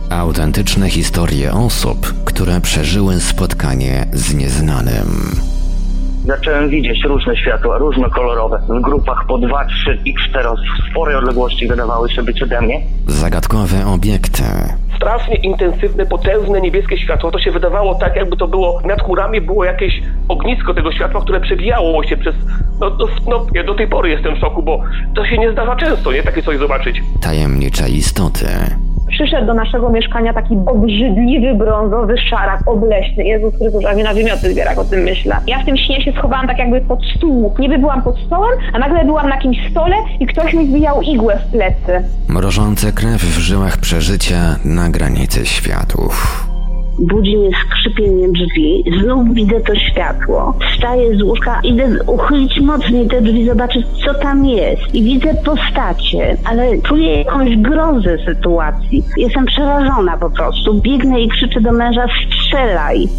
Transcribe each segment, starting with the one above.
Autentyczne historie osób, które przeżyły spotkanie z nieznanym. Zacząłem widzieć różne światła, różnokolorowe, w grupach po 2, 3, x4 w sporej odległości wydawały się być ode mnie. Zagadkowe obiekty. Strasznie intensywne, potężne niebieskie światło. To się wydawało tak, jakby to było, nad chmurami było jakieś ognisko tego światła, które przebijało się przez... Ja do tej pory jestem w szoku, bo to się nie zdarza często, nie? Takie coś zobaczyć. Tajemnicze istoty. Przyszedł do naszego mieszkania taki obrzydliwy, brązowy szarak obleśny. Jezus Chrystus, a mnie na wymioty zbiera, jak o tym myślę. Ja w tym śnie się schowałam tak jakby pod stół. Niby byłam pod stołem, a nagle byłam na jakimś stole i ktoś mi zbijał igłę w plecy. Mrożące krew w żyłach przeżycia na granicy światów. Budzi mnie skrzypienie drzwi, znów widzę to światło. Wstaję z łóżka, idę uchylić mocniej te drzwi, zobaczyć co tam jest. I widzę postacie, ale czuję jakąś grozę sytuacji. Jestem przerażona po prostu. Biegnę i krzyczę do męża: strzelaj!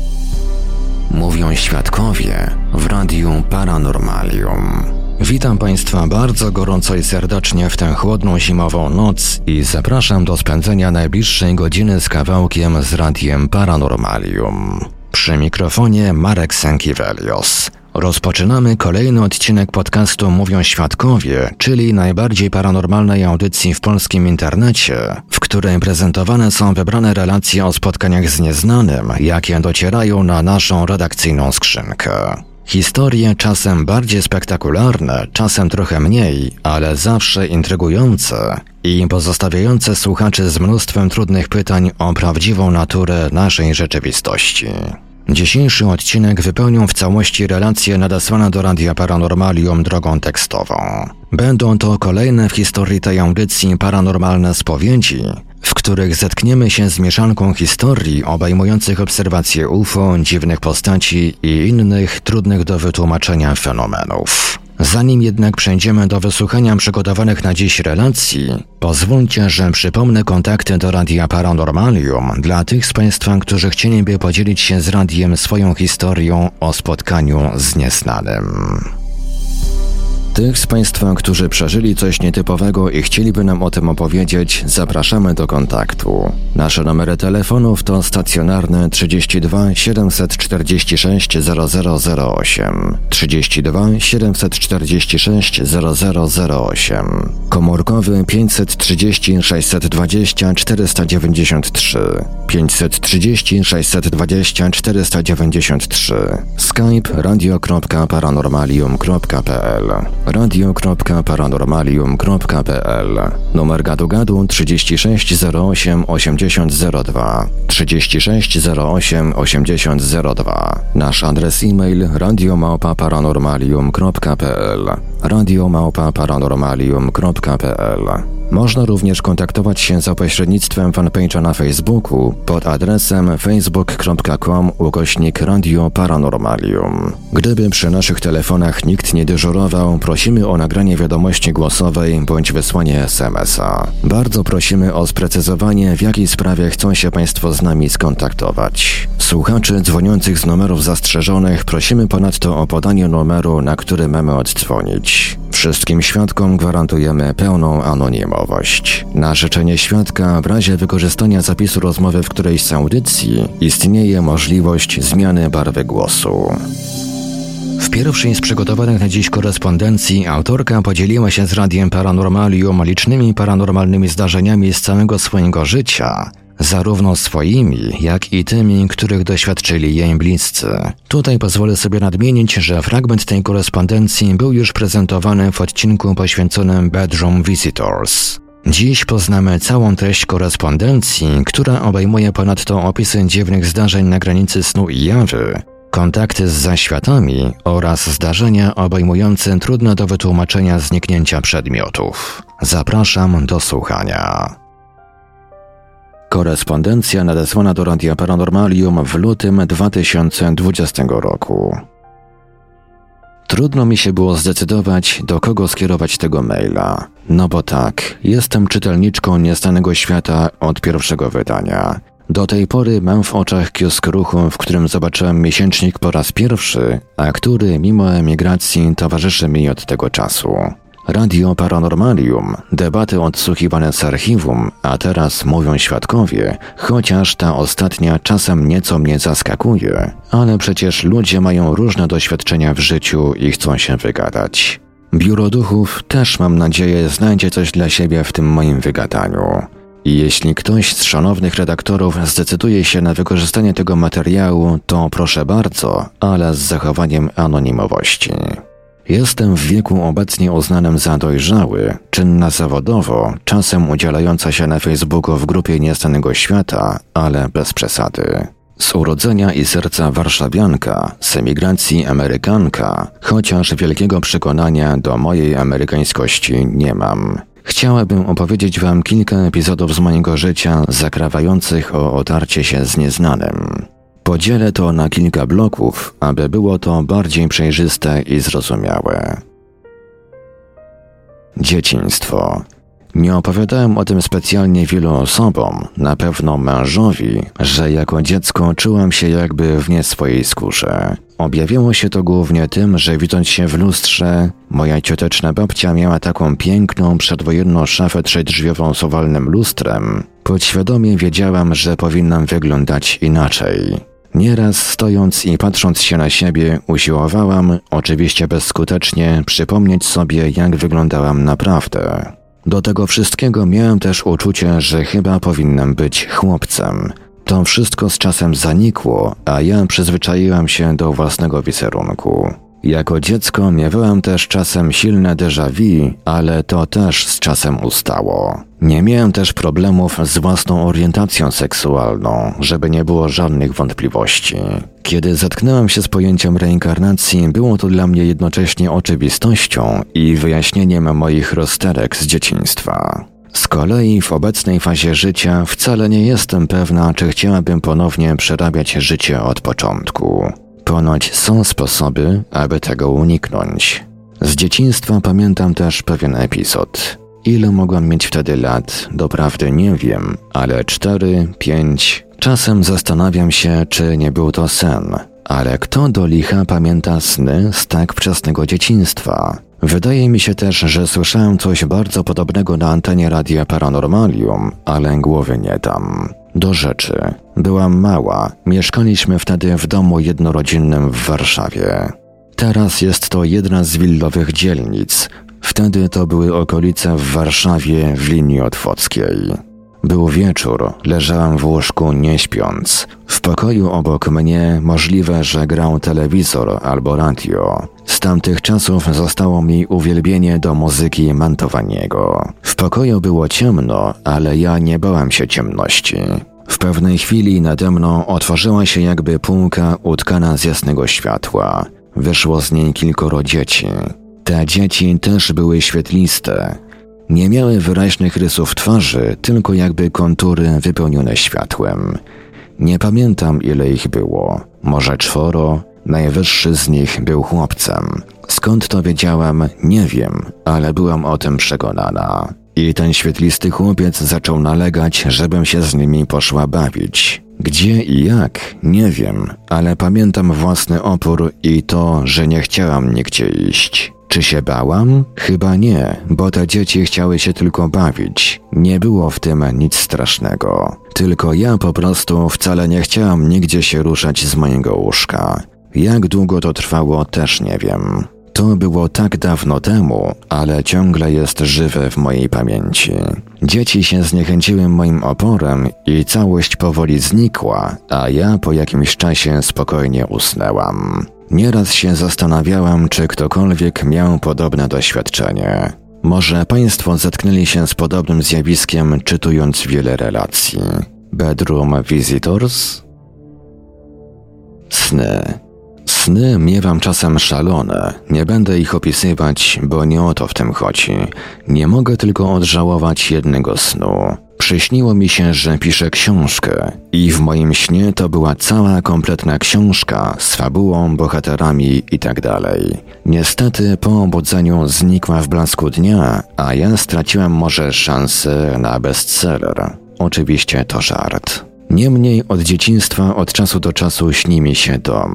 Mówią świadkowie w Radiu Paranormalium. Witam Państwa bardzo gorąco i serdecznie w tę chłodną zimową noc i zapraszam do spędzenia najbliższej godziny z kawałkiem z Radiem Paranormalium. Przy mikrofonie Marek Sękiewelios. Rozpoczynamy kolejny odcinek podcastu Mówią Świadkowie, czyli najbardziej paranormalnej audycji w polskim internecie, w której prezentowane są wybrane relacje o spotkaniach z nieznanym, jakie docierają na naszą redakcyjną skrzynkę. Historie czasem bardziej spektakularne, czasem trochę mniej, ale zawsze intrygujące i pozostawiające słuchaczy z mnóstwem trudnych pytań o prawdziwą naturę naszej rzeczywistości. Dzisiejszy odcinek wypełnią w całości relacje nadesłane do Radia Paranormalium drogą tekstową. Będą to kolejne w historii tej audycji paranormalne spowiedzi, w których zetkniemy się z mieszanką historii obejmujących obserwacje UFO, dziwnych postaci i innych trudnych do wytłumaczenia fenomenów. Zanim jednak przejdziemy do wysłuchania przygotowanych na dziś relacji, pozwólcie, że przypomnę kontakty do Radia Paranormalium dla tych z Państwa, którzy chcieliby podzielić się z radiem swoją historią o spotkaniu z nieznanym. Tych z Państwa, którzy przeżyli coś nietypowego i chcieliby nam o tym opowiedzieć, zapraszamy do kontaktu. Nasze numery telefonów to stacjonarne 32 746 0008, 32 746 0008, komórkowy 530 620 493, 530 620 493, skype radio.paranormalium.pl, radio.paranormalium.pl, numer gadu 36 08 80 02, 36 08 80 02, nasz adres e-mail radio@paranormalium.pl, radio@paranormalium.pl. Można również kontaktować się za pośrednictwem fanpage'a na Facebooku pod adresem facebook.com/Radio Paranormalium. Gdyby przy naszych telefonach nikt nie dyżurował, prosimy o nagranie wiadomości głosowej bądź wysłanie SMS-a. Bardzo prosimy o sprecyzowanie, w jakiej sprawie chcą się Państwo z nami skontaktować. Słuchaczy dzwoniących z numerów zastrzeżonych prosimy ponadto o podanie numeru, na który mamy oddzwonić. Wszystkim świadkom gwarantujemy pełną anonimowość. Na życzenie świadka w razie wykorzystania zapisu rozmowy w którejś z audycji istnieje możliwość zmiany barwy głosu. W pierwszej z przygotowanych na dziś korespondencji autorka podzieliła się z Radiem Paranormalium licznymi paranormalnymi zdarzeniami z całego swojego życia, zarówno swoimi, jak i tymi, których doświadczyli jej bliscy. Tutaj pozwolę sobie nadmienić, że fragment tej korespondencji był już prezentowany w odcinku poświęconym Bedroom Visitors. Dziś poznamy całą treść korespondencji, która obejmuje ponadto opisy dziwnych zdarzeń na granicy snu i jawy, kontakty z zaświatami oraz zdarzenia obejmujące trudne do wytłumaczenia zniknięcia przedmiotów. Zapraszam do słuchania. Korespondencja nadesłana do Radia Paranormalium w lutym 2020 roku. Trudno mi się było zdecydować, do kogo skierować tego maila. No bo tak, jestem czytelniczką Nieznanego Świata od pierwszego wydania. Do tej pory mam w oczach kiosk ruchu, w którym zobaczyłem miesięcznik po raz pierwszy, a który mimo emigracji towarzyszy mi od tego czasu. Radio Paranormalium, debaty odsłuchiwane z archiwum, a teraz mówią świadkowie, chociaż ta ostatnia czasem nieco mnie zaskakuje, ale przecież ludzie mają różne doświadczenia w życiu i chcą się wygadać. Biuro Duchów też, mam nadzieję, znajdzie coś dla siebie w tym moim wygadaniu. I jeśli ktoś z szanownych redaktorów zdecyduje się na wykorzystanie tego materiału, to proszę bardzo, ale z zachowaniem anonimowości. Jestem w wieku obecnie uznanym za dojrzały, czynna zawodowo, czasem udzielająca się na Facebooku w grupie Nieznanego Świata, ale bez przesady. Z urodzenia i serca warszawianka, z emigracji Amerykanka, chociaż wielkiego przekonania do mojej amerykańskości nie mam. Chciałabym opowiedzieć wam kilka epizodów z mojego życia zakrawających o otarcie się z nieznanym. Podzielę to na kilka bloków, aby było to bardziej przejrzyste i zrozumiałe. Dzieciństwo. Nie opowiadałem o tym specjalnie wielu osobom, na pewno mężowi, że jako dziecko czułam się jakby w nie swojej skórze. Objawiało się to głównie tym, że widząc się w lustrze, moja cioteczna babcia miała taką piękną, przedwojenną szafę trzydrzwiową z owalnym lustrem. Podświadomie wiedziałam, że powinnam wyglądać inaczej. Nieraz stojąc i patrząc się na siebie, usiłowałam, oczywiście bezskutecznie, przypomnieć sobie, jak wyglądałam naprawdę. Do tego wszystkiego miałem też uczucie, że chyba powinnam być chłopcem. To wszystko z czasem zanikło, a ja przyzwyczaiłam się do własnego wizerunku. Jako dziecko miewałam też czasem silne déjà vu, ale to też z czasem ustało. Nie miałem też problemów z własną orientacją seksualną, żeby nie było żadnych wątpliwości. Kiedy zetknęłam się z pojęciem reinkarnacji, było to dla mnie jednocześnie oczywistością i wyjaśnieniem moich rozterek z dzieciństwa. Z kolei w obecnej fazie życia wcale nie jestem pewna, czy chciałabym ponownie przerabiać życie od początku. Ponoć są sposoby, aby tego uniknąć. Z dzieciństwa pamiętam też pewien epizod. Ile mogłam mieć wtedy lat, doprawdy nie wiem, ale 4, 5. Czasem zastanawiam się, czy nie był to sen. Ale kto do licha pamięta sny z tak wczesnego dzieciństwa? Wydaje mi się też, że słyszałem coś bardzo podobnego na antenie Radia Paranormalium, ale głowy nie dam. Do rzeczy. Byłam mała, mieszkaliśmy wtedy w domu jednorodzinnym w Warszawie. Teraz jest to jedna z willowych dzielnic. Wtedy to były okolice w Warszawie w linii otwockiej. Był wieczór, leżałam w łóżku nie śpiąc. W pokoju obok mnie możliwe, że grał telewizor albo radio. Z tamtych czasów zostało mi uwielbienie do muzyki Mantowaniego. W pokoju było ciemno, ale ja nie bałam się ciemności. W pewnej chwili nade mną otworzyła się jakby półka utkana z jasnego światła. Wyszło z niej kilkoro dzieci. Te dzieci też były świetliste. Nie miały wyraźnych rysów twarzy, tylko jakby kontury wypełnione światłem. Nie pamiętam, ile ich było. Może 4, najwyższy z nich był chłopcem. Skąd to wiedziałam, nie wiem, ale byłam o tym przekonana. I ten świetlisty chłopiec zaczął nalegać, żebym się z nimi poszła bawić. Gdzie i jak, nie wiem, ale pamiętam własny opór i to, że nie chciałam nigdzie iść. Czy się bałam? Chyba nie, bo te dzieci chciały się tylko bawić. Nie było w tym nic strasznego. Tylko ja po prostu wcale nie chciałam nigdzie się ruszać z mojego łóżka. Jak długo to trwało, też nie wiem. To było tak dawno temu, ale ciągle jest żywe w mojej pamięci. Dzieci się zniechęciły moim oporem i całość powoli znikła, a ja po jakimś czasie spokojnie usnęłam. Nieraz się zastanawiałam, czy ktokolwiek miał podobne doświadczenie. Może państwo zetknęli się z podobnym zjawiskiem, czytując wiele relacji. Bedroom Visitors? Sny. Sny miewam czasem szalone. Nie będę ich opisywać, bo nie o to w tym chodzi. Nie mogę tylko odżałować jednego snu. Przyśniło mi się, że piszę książkę i w moim śnie to była cała kompletna książka z fabułą, bohaterami itd. Niestety po obudzeniu znikła w blasku dnia, a ja straciłem może szansę na bestseller. Oczywiście to żart. Niemniej od dzieciństwa od czasu do czasu śni mi się dom.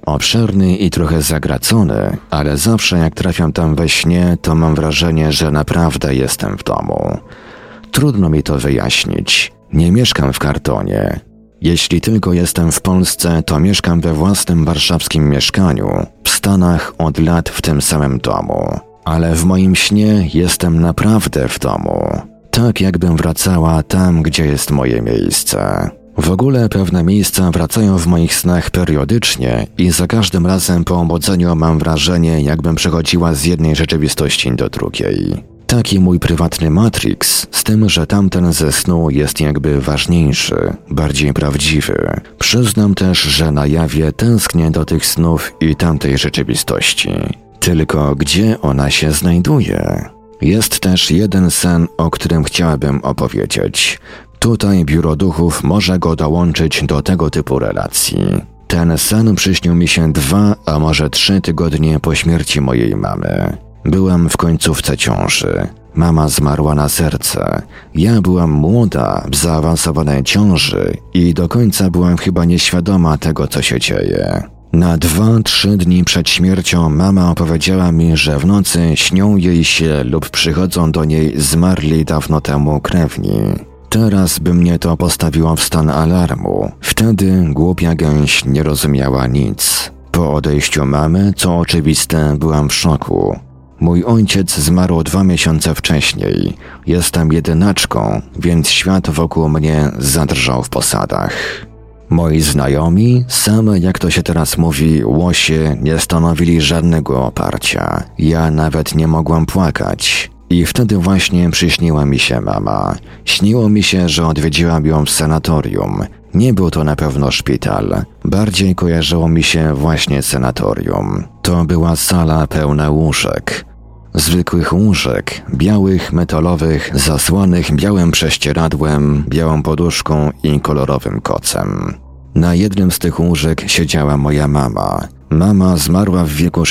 Obszerny i trochę zagracony, ale zawsze jak trafiam tam we śnie, to mam wrażenie, że naprawdę jestem w domu. Trudno mi to wyjaśnić. Nie mieszkam w kartonie. Jeśli tylko jestem w Polsce, to mieszkam we własnym warszawskim mieszkaniu, w Stanach od lat w tym samym domu. Ale w moim śnie jestem naprawdę w domu. Tak jakbym wracała tam, gdzie jest moje miejsce. W ogóle pewne miejsca wracają w moich snach periodycznie i za każdym razem po obudzeniu mam wrażenie, jakbym przechodziła z jednej rzeczywistości do drugiej. Taki mój prywatny Matrix, z tym, że tamten ze snu jest jakby ważniejszy, bardziej prawdziwy. Przyznam też, że na jawie tęsknię do tych snów i tamtej rzeczywistości. Tylko gdzie ona się znajduje? Jest też jeden sen, o którym chciałabym opowiedzieć. Tutaj Biuro Duchów może go dołączyć do tego typu relacji. Ten sen przyśnił mi się 2, a może 3 tygodnie po śmierci mojej mamy. Byłem w końcówce ciąży. Mama zmarła na serce. Ja byłam młoda, w zaawansowanej ciąży i do końca byłam chyba nieświadoma tego, co się dzieje. Na 2-3 dni przed śmiercią mama opowiedziała mi, że w nocy śnią jej się lub przychodzą do niej zmarli dawno temu krewni. Teraz by mnie to postawiło w stan alarmu. Wtedy głupia gęś nie rozumiała nic. Po odejściu mamy, co oczywiste, byłam w szoku. Mój ojciec zmarł 2 miesiące wcześniej. Jestem jedynaczką, więc świat wokół mnie zadrżał w posadach. Moi znajomi, same jak to się teraz mówi, łosie, nie stanowili żadnego oparcia. Ja nawet nie mogłam płakać. I wtedy właśnie przyśniła mi się mama. Śniło mi się, że odwiedziłam ją w sanatorium. Nie był to na pewno szpital. Bardziej kojarzyło mi się właśnie sanatorium. To była sala pełna łóżek. Zwykłych łóżek, białych, metalowych, zasłanych białym prześcieradłem, białą poduszką i kolorowym kocem. Na jednym z tych łóżek siedziała moja mama. Mama zmarła w wieku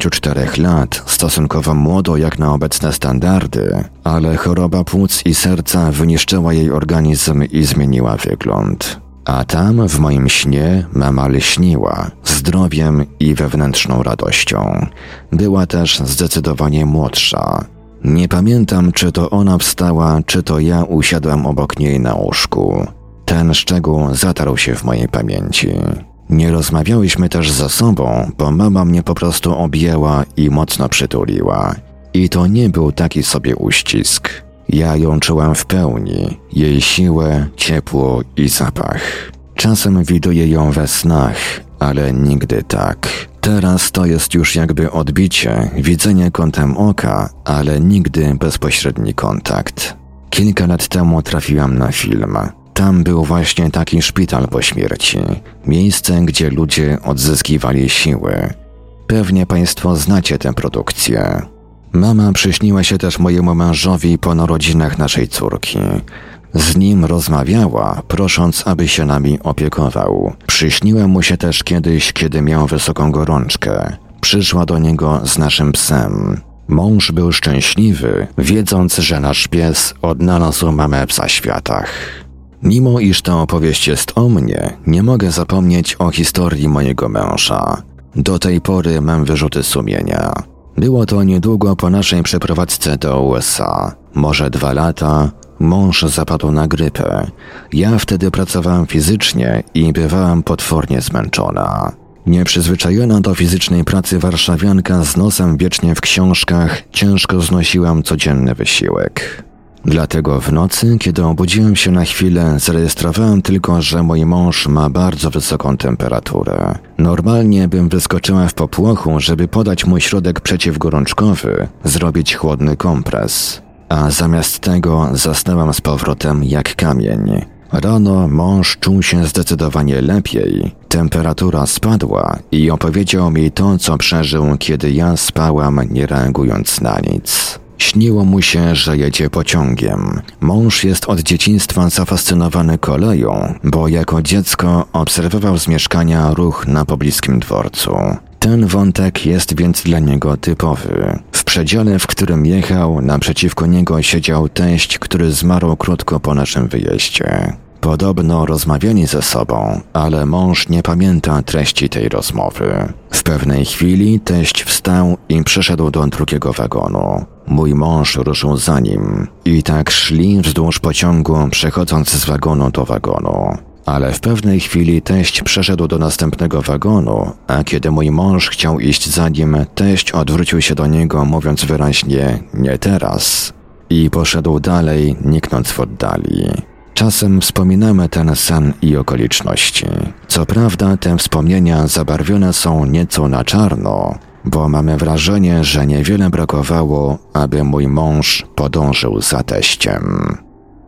64 lat, stosunkowo młodo jak na obecne standardy, ale choroba płuc i serca wyniszczyła jej organizm i zmieniła wygląd. A tam, w moim śnie, mama lśniła, zdrowiem i wewnętrzną radością. Była też zdecydowanie młodsza. Nie pamiętam, czy to ona wstała, czy to ja usiadłem obok niej na łóżku. Ten szczegół zatarł się w mojej pamięci. Nie rozmawiałyśmy też ze sobą, bo mama mnie po prostu objęła i mocno przytuliła. I to nie był taki sobie uścisk. Ja ją czułem w pełni, jej siłę, ciepło i zapach. Czasem widuję ją we snach, ale nigdy tak. Teraz to jest już jakby odbicie, widzenie kątem oka, ale nigdy bezpośredni kontakt. Kilka lat temu trafiłam na film. Tam był właśnie taki szpital po śmierci. Miejsce, gdzie ludzie odzyskiwali siły. Pewnie Państwo znacie tę produkcję. Mama przyśniła się też mojemu mężowi po narodzinach naszej córki. Z nim rozmawiała, prosząc, aby się nami opiekował. Przyśniła mu się też kiedyś, kiedy miał wysoką gorączkę. Przyszła do niego z naszym psem. Mąż był szczęśliwy, wiedząc, że nasz pies odnalazł mamę w zaświatach. Mimo iż ta opowieść jest o mnie, nie mogę zapomnieć o historii mojego męża. Do tej pory mam wyrzuty sumienia. Było to niedługo po naszej przeprowadzce do USA. Może 2 lata. Mąż zapadł na grypę. Ja wtedy pracowałam fizycznie i bywałam potwornie zmęczona. Nieprzyzwyczajona do fizycznej pracy warszawianka z nosem wiecznie w książkach, ciężko znosiłam codzienny wysiłek. Dlatego w nocy, kiedy obudziłem się na chwilę, zarejestrowałem tylko, że mój mąż ma bardzo wysoką temperaturę. Normalnie bym wyskoczyła w popłochu, żeby podać mu środek przeciwgorączkowy, zrobić chłodny kompres. A zamiast tego zasnęłam z powrotem jak kamień. Rano mąż czuł się zdecydowanie lepiej. Temperatura spadła i opowiedział mi to, co przeżył, kiedy ja spałam, nie reagując na nic. Śniło mu się, że jedzie pociągiem. Mąż jest od dzieciństwa zafascynowany koleją, bo jako dziecko obserwował z mieszkania ruch na pobliskim dworcu. Ten wątek jest więc dla niego typowy. W przedziale, w którym jechał, naprzeciwko niego siedział teść, który zmarł krótko po naszym wyjeździe. Podobno rozmawiali ze sobą, ale mąż nie pamięta treści tej rozmowy. W pewnej chwili teść wstał i przeszedł do drugiego wagonu. Mój mąż ruszył za nim i tak szli wzdłuż pociągu, przechodząc z wagonu do wagonu. Ale w pewnej chwili teść przeszedł do następnego wagonu, a kiedy mój mąż chciał iść za nim, teść odwrócił się do niego, mówiąc wyraźnie: nie teraz. I poszedł dalej, niknąc w oddali. Czasem wspominamy ten sen i okoliczności. Co prawda te wspomnienia zabarwione są nieco na czarno, bo mamy wrażenie, że niewiele brakowało, aby mój mąż podążył za teściem.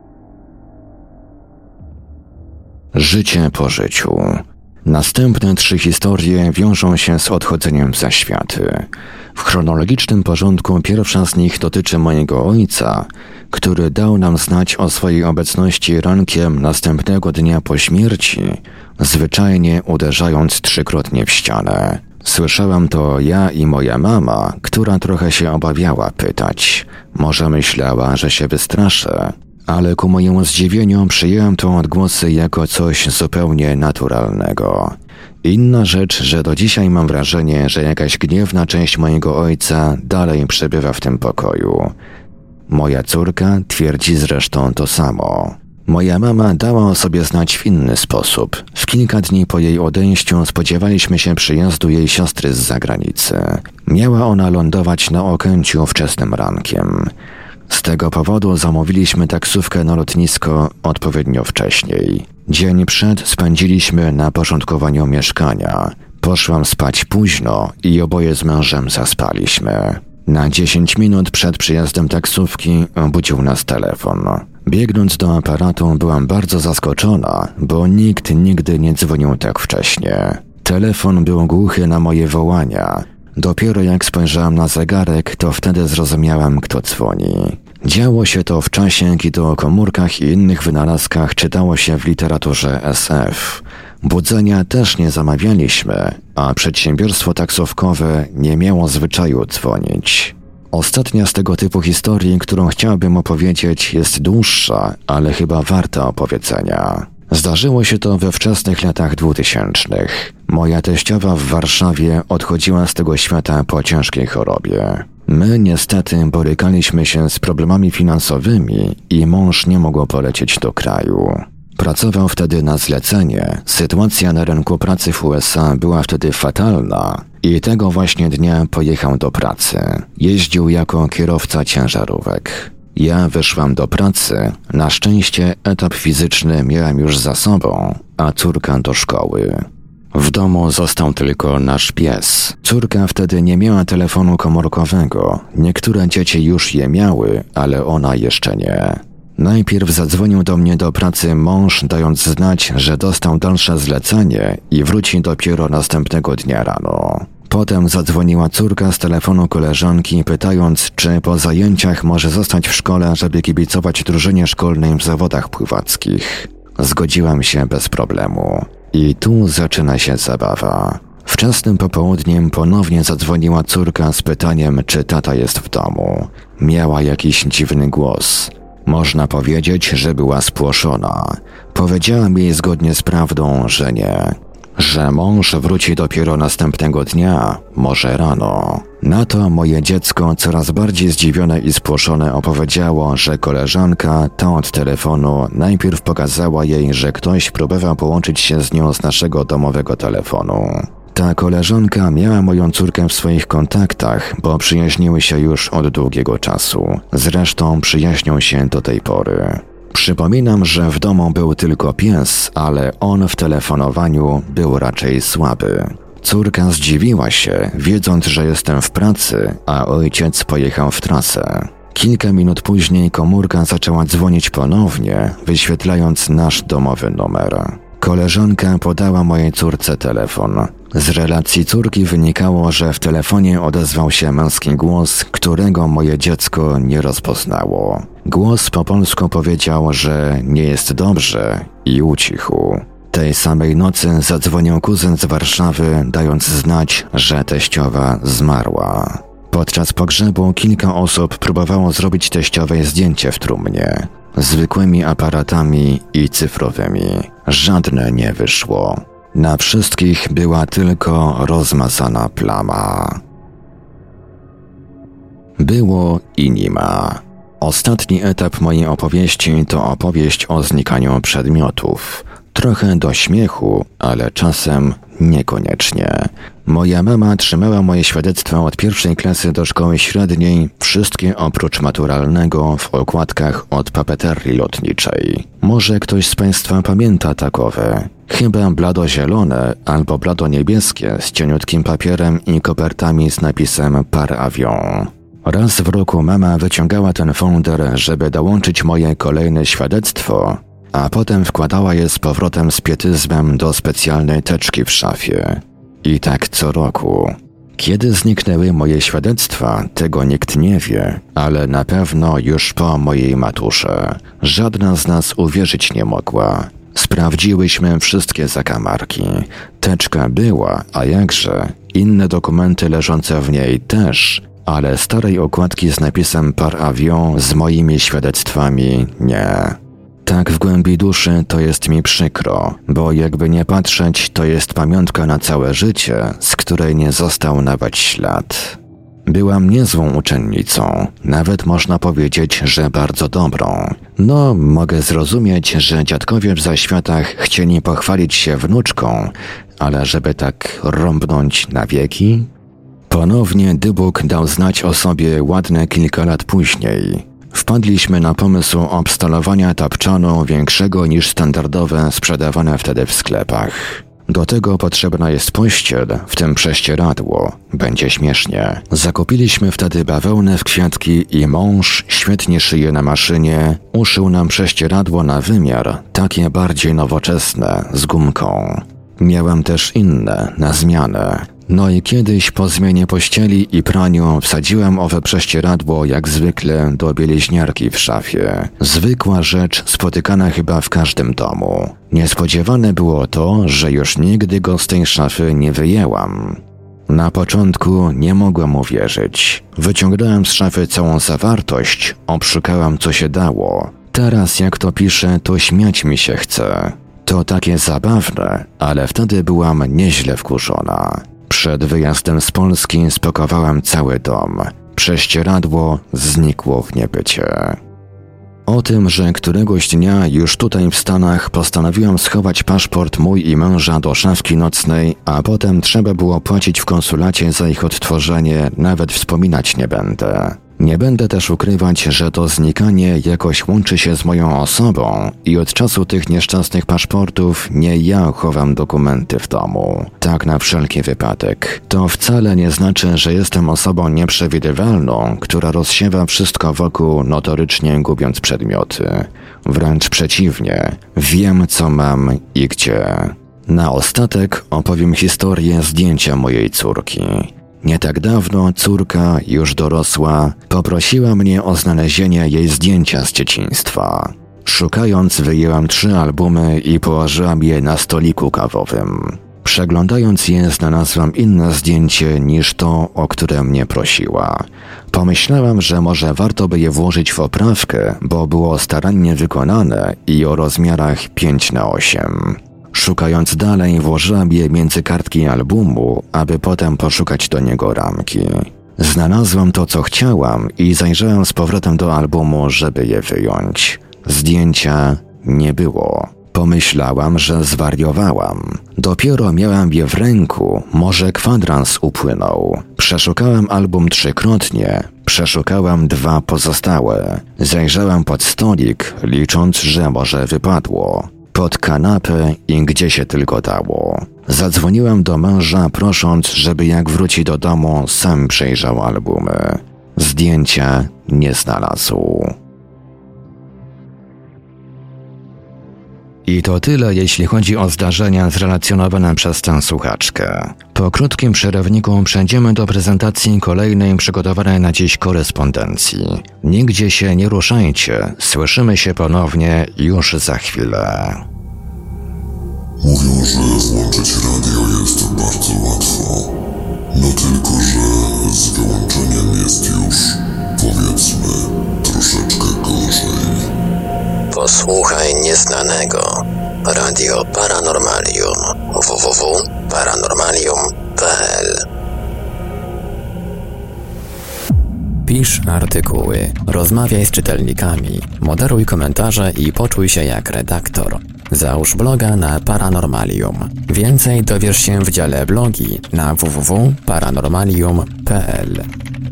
Życie po życiu. Następne 3 historie wiążą się z odchodzeniem za światy. W chronologicznym porządku pierwsza z nich dotyczy mojego ojca, który dał nam znać o swojej obecności rankiem następnego dnia po śmierci, zwyczajnie uderzając 3-krotnie w ścianę. Słyszałam to ja i moja mama, która trochę się obawiała pytać. Może myślała, że się wystraszę, ale ku mojemu zdziwieniu przyjęłam te odgłosy jako coś zupełnie naturalnego. Inna rzecz, że do dzisiaj mam wrażenie, że jakaś gniewna część mojego ojca dalej przebywa w tym pokoju. Moja córka twierdzi zresztą to samo. Moja mama dała o sobie znać w inny sposób. W kilka dni po jej odejściu spodziewaliśmy się przyjazdu jej siostry z zagranicy. Miała ona lądować na Okęciu wczesnym rankiem. Z tego powodu zamówiliśmy taksówkę na lotnisko odpowiednio wcześniej. Dzień przed spędziliśmy na porządkowaniu mieszkania. Poszłam spać późno i oboje z mężem zaspaliśmy. Na 10 minut przed przyjazdem taksówki obudził nas telefon. Biegnąc do aparatu byłam bardzo zaskoczona, bo nikt nigdy nie dzwonił tak wcześnie. Telefon był głuchy na moje wołania. Dopiero jak spojrzałam na zegarek, to wtedy zrozumiałam, kto dzwoni. Działo się to w czasie, kiedy o komórkach i innych wynalazkach czytało się w literaturze SF. Budzenia też nie zamawialiśmy, a przedsiębiorstwo taksówkowe nie miało zwyczaju dzwonić. Ostatnia z tego typu historii, którą chciałbym opowiedzieć, jest dłuższa, ale chyba warta opowiedzenia. Zdarzyło się to we wczesnych latach 2000. Moja teściowa w Warszawie odchodziła z tego świata po ciężkiej chorobie. My niestety borykaliśmy się z problemami finansowymi i mąż nie mógł polecieć do kraju. Pracował wtedy na zlecenie, sytuacja na rynku pracy w USA była wtedy fatalna i tego właśnie dnia pojechał do pracy. Jeździł jako kierowca ciężarówek. Ja wyszłam do pracy, na szczęście etap fizyczny miałam już za sobą, a córka do szkoły. W domu został tylko nasz pies. Córka wtedy nie miała telefonu komórkowego. Niektóre dzieci już je miały, ale ona jeszcze nie. Najpierw zadzwonił do mnie do pracy mąż, dając znać, że dostał dalsze zlecenie i wróci dopiero następnego dnia rano. Potem zadzwoniła córka z telefonu koleżanki, pytając, czy po zajęciach może zostać w szkole, żeby kibicować drużynie szkolnej w zawodach pływackich. Zgodziłam się bez problemu. I tu zaczyna się zabawa. Wczesnym popołudniem ponownie zadzwoniła córka z pytaniem, czy tata jest w domu. Miała jakiś dziwny głos. Można powiedzieć, że była spłoszona. Powiedziałam jej zgodnie z prawdą, że nie. Że mąż wróci dopiero następnego dnia, może rano. Na to moje dziecko, coraz bardziej zdziwione i spłoszone, opowiedziało, że koleżanka, ta od telefonu, najpierw pokazała jej, że ktoś próbował połączyć się z nią z naszego domowego telefonu. Ta koleżanka miała moją córkę w swoich kontaktach, bo przyjaźniły się już od długiego czasu. Zresztą przyjaźnią się do tej pory. Przypominam, że w domu był tylko pies, ale on w telefonowaniu był raczej słaby. Córka zdziwiła się, wiedząc, że jestem w pracy, a ojciec pojechał w trasę. Kilka minut później komórka zaczęła dzwonić ponownie, wyświetlając nasz domowy numer. Koleżanka podała mojej córce telefon. Z relacji córki wynikało, że w telefonie odezwał się męski głos, którego moje dziecko nie rozpoznało. Głos po polsku powiedział, że nie jest dobrze i ucichł. Tej samej nocy zadzwonił kuzyn z Warszawy, dając znać, że teściowa zmarła. Podczas pogrzebu kilka osób próbowało zrobić teściowej zdjęcie w trumnie. Zwykłymi aparatami i cyfrowymi. Żadne nie wyszło. Na wszystkich była tylko rozmazana plama. Było i nie ma. Ostatni etap mojej opowieści to opowieść o znikaniu przedmiotów. Trochę do śmiechu, ale czasem niekoniecznie. Moja mama trzymała moje świadectwa od 1. klasy do szkoły średniej, wszystkie oprócz maturalnego w okładkach od papeterii lotniczej. Może ktoś z Państwa pamięta takowe? Chyba bladozielone albo bladoniebieskie z cieniutkim papierem i kopertami z napisem Par Avion. Raz w roku mama wyciągała ten folder, żeby dołączyć moje kolejne świadectwo, a potem wkładała je z powrotem z pietyzmem do specjalnej teczki w szafie. I tak co roku. Kiedy zniknęły moje świadectwa, tego nikt nie wie, ale na pewno już po mojej maturze. Żadna z nas uwierzyć nie mogła. Sprawdziłyśmy wszystkie zakamarki. Teczka była, a jakże, inne dokumenty leżące w niej też, ale starej okładki z napisem Par Avion z moimi świadectwami nie. Tak w głębi duszy to jest mi przykro, bo jakby nie patrzeć, to jest pamiątka na całe życie, z której nie został nawet ślad. Byłam niezłą uczennicą, nawet można powiedzieć, że bardzo dobrą. No, mogę zrozumieć, że dziadkowie w zaświatach chcieli pochwalić się wnuczką, ale żeby tak rąbnąć na wieki? Ponownie dybuk dał znać o sobie ładne kilka lat później. Wpadliśmy na pomysł obstalowania tapczanu większego niż standardowe sprzedawane wtedy w sklepach. Do tego potrzebna jest pościel, w tym prześcieradło. Będzie śmiesznie. Zakupiliśmy wtedy bawełnę w kwiatki i mąż, świetnie szyje na maszynie, uszył nam prześcieradło na wymiar, takie bardziej nowoczesne, z gumką. Miałem też inne, na zmianę. No i kiedyś po zmianie pościeli i praniu wsadziłem owe prześcieradło jak zwykle do bieliźniarki w szafie. Zwykła rzecz spotykana chyba w każdym domu. Niespodziewane było to, że już nigdy go z tej szafy nie wyjęłam. Na początku nie mogłem uwierzyć. Wyciągnąłem z szafy całą zawartość, obszukałam co się dało. Teraz jak to piszę, to śmiać mi się chce. To takie zabawne, ale wtedy byłam nieźle wkurzona. Przed wyjazdem z Polski spakowałem cały dom. Prześcieradło znikło w niebycie. O tym, że któregoś dnia już tutaj w Stanach postanowiłem schować paszport mój i męża do szafki nocnej, a potem trzeba było płacić w konsulacie za ich odtworzenie, nawet wspominać nie będę. Nie będę też ukrywać, że to znikanie jakoś łączy się z moją osobą i od czasu tych nieszczęsnych paszportów nie ja chowam dokumenty w domu. Tak na wszelki wypadek. To wcale nie znaczy, że jestem osobą nieprzewidywalną, która rozsiewa wszystko wokół, notorycznie gubiąc przedmioty. Wręcz przeciwnie. Wiem, co mam i gdzie. Na ostatek opowiem historię zdjęcia mojej córki. Nie tak dawno córka, już dorosła, poprosiła mnie o znalezienie jej zdjęcia z dzieciństwa. Szukając, wyjęłam 3 albumy i położyłam je na stoliku kawowym. Przeglądając je, znalazłam inne zdjęcie niż to, o które mnie prosiła. Pomyślałam, że może warto by je włożyć w oprawkę, bo było starannie wykonane i o rozmiarach 5x8. Szukając dalej, włożyłam je między kartki albumu, aby potem poszukać do niego ramki. Znalazłam to, co chciałam i zajrzałem z powrotem do albumu, żeby je wyjąć. Zdjęcia nie było. Pomyślałam, że zwariowałam. Dopiero miałam je w ręku, może kwadrans upłynął. Przeszukałam album 3-krotnie, przeszukałam 2 pozostałe. Zajrzałam pod stolik, licząc, że może wypadło. Pod kanapę i gdzie się tylko dało. Zadzwoniłam do męża, prosząc, żeby jak wróci do domu, sam przejrzał albumy. Zdjęcia nie znalazł. I to tyle, jeśli chodzi o zdarzenia zrelacjonowane przez tę słuchaczkę. Po krótkim przerywniku przejdziemy do prezentacji kolejnej przygotowanej na dziś korespondencji. Nigdzie się nie ruszajcie, słyszymy się ponownie już za chwilę. Mówią, że włączyć radio jest bardzo łatwo. No tylko, że z wyłączeniem jest już, powiedzmy, troszeczkę gorzej. Posłuchaj nieznanego. Radio Paranormalium. www.paranormalium.pl. Pisz artykuły, rozmawiaj z czytelnikami, moderuj komentarze i poczuj się jak redaktor. Załóż bloga na Paranormalium. Więcej dowiesz się w dziale blogi na www.paranormalium.pl.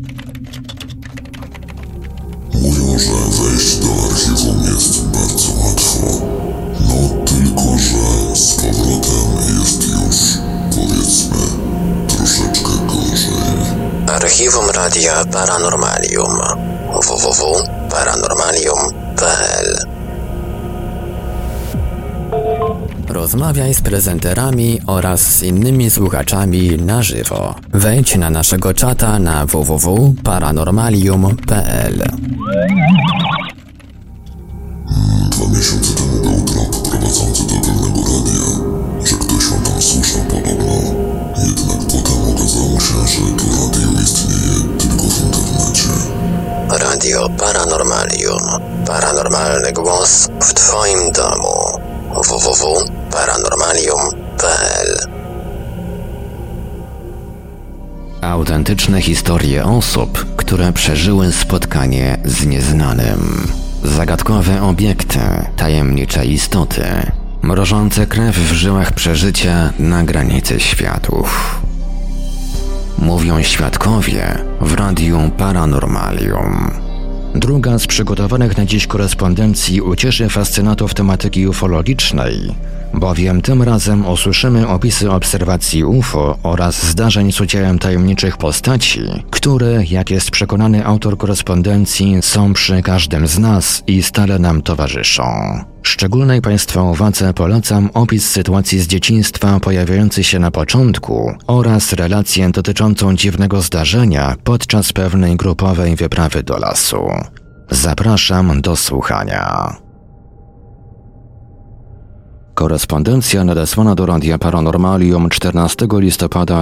Mówią, że wejść do archiwum jest bardzo łatwo. No tylko, że z powrotem jest już, powiedzmy, troszeczkę gorzej. Archiwum Radia Paranormalium. www.paranormalium.pl. Rozmawiaj z prezenterami oraz z innymi słuchaczami na żywo. Wejdź na naszego czata na www.paranormalium.pl. 2 miesiące temu był trop prowadzący do pewnego radia, że ktoś on tam słyszał podobno. Jednak potem okazało się, że to radio istnieje tylko w internecie. Radio Paranormalium. Paranormalny głos w Twoim domu. www.paranormalium.pl. Autentyczne historie osób, które przeżyły spotkanie z nieznanym. Zagadkowe obiekty, tajemnicze istoty, mrożące krew w żyłach przeżycia na granicy światów. Mówią świadkowie w Radiu Paranormalium. Druga z przygotowanych na dziś korespondencji ucieszy fascynatów tematyki ufologicznej, bowiem tym razem usłyszymy opisy obserwacji UFO oraz zdarzeń z udziałem tajemniczych postaci, które, jak jest przekonany autor korespondencji, są przy każdym z nas i stale nam towarzyszą. Szczególnej Państwa uwadze polecam opis sytuacji z dzieciństwa pojawiający się na początku oraz relację dotyczącą dziwnego zdarzenia podczas pewnej grupowej wyprawy do lasu. Zapraszam do słuchania. Korespondencja nadesłana do Radia Paranormalium 14 listopada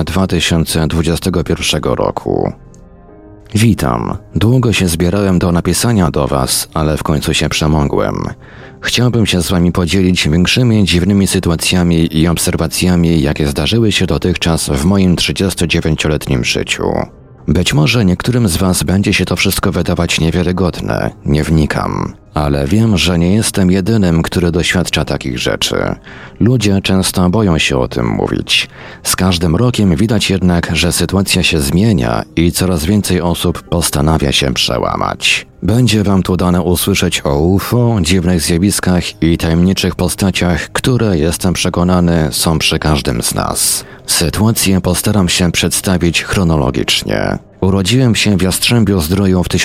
2021 roku. Witam. Długo się zbierałem do napisania do Was, ale w końcu się przemogłem. Chciałbym się z Wami podzielić większymi dziwnymi sytuacjami i obserwacjami, jakie zdarzyły się dotychczas w moim 39-letnim życiu. Być może niektórym z Was będzie się to wszystko wydawać niewiarygodne, nie wnikam. Ale wiem, że nie jestem jedynym, który doświadcza takich rzeczy. Ludzie często boją się o tym mówić. Z każdym rokiem widać jednak, że sytuacja się zmienia i coraz więcej osób postanawia się przełamać. Będzie Wam tu dane usłyszeć o UFO, dziwnych zjawiskach i tajemniczych postaciach, które, jestem przekonany, są przy każdym z nas. Sytuację postaram się przedstawić chronologicznie. Urodziłem się w Jastrzębiu-Zdroju w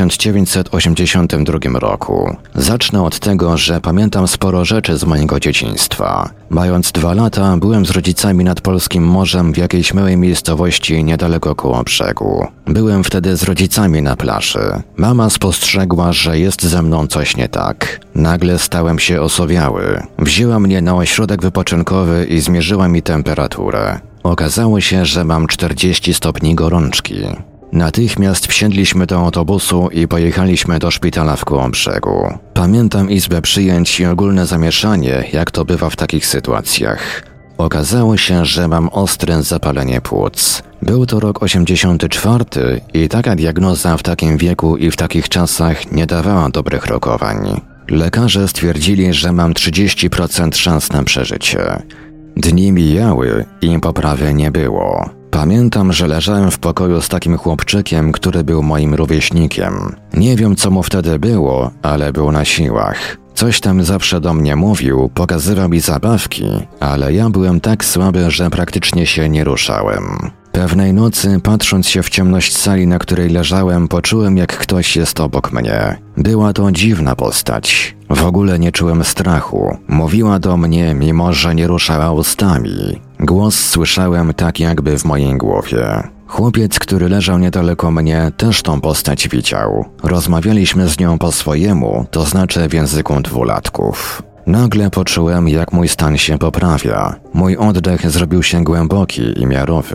1982 roku. Zacznę od tego, że pamiętam sporo rzeczy z mojego dzieciństwa. Mając 2 lata, byłem z rodzicami nad polskim morzem w jakiejś małej miejscowości niedaleko koło brzegu. Byłem wtedy z rodzicami na plaży. Mama spostrzegła, że jest ze mną coś nie tak. Nagle stałem się osowiały. Wzięła mnie na ośrodek wypoczynkowy i zmierzyła mi temperaturę. Okazało się, że mam 40 stopni gorączki. Natychmiast wsiedliśmy do autobusu i pojechaliśmy do szpitala w Kołobrzegu. Pamiętam izbę przyjęć i ogólne zamieszanie, jak to bywa w takich sytuacjach. Okazało się, że mam ostre zapalenie płuc. Był to rok 84 i taka diagnoza w takim wieku i w takich czasach nie dawała dobrych rokowań. Lekarze stwierdzili, że mam 30% szans na przeżycie. Dni mijały i poprawy nie było. Pamiętam, że leżałem w pokoju z takim chłopczykiem, który był moim rówieśnikiem. Nie wiem, co mu wtedy było, ale był na siłach. Coś tam zawsze do mnie mówił, pokazywał mi zabawki, ale ja byłem tak słaby, że praktycznie się nie ruszałem. Pewnej nocy, patrząc się w ciemność sali, na której leżałem, poczułem, jak ktoś jest obok mnie. Była to dziwna postać. W ogóle nie czułem strachu. Mówiła do mnie, mimo że nie ruszała ustami. Głos słyszałem tak jakby w mojej głowie. Chłopiec, który leżał niedaleko mnie, też tą postać widział. Rozmawialiśmy z nią po swojemu, to znaczy w języku dwulatków. Nagle poczułem, jak mój stan się poprawia. Mój oddech zrobił się głęboki i miarowy.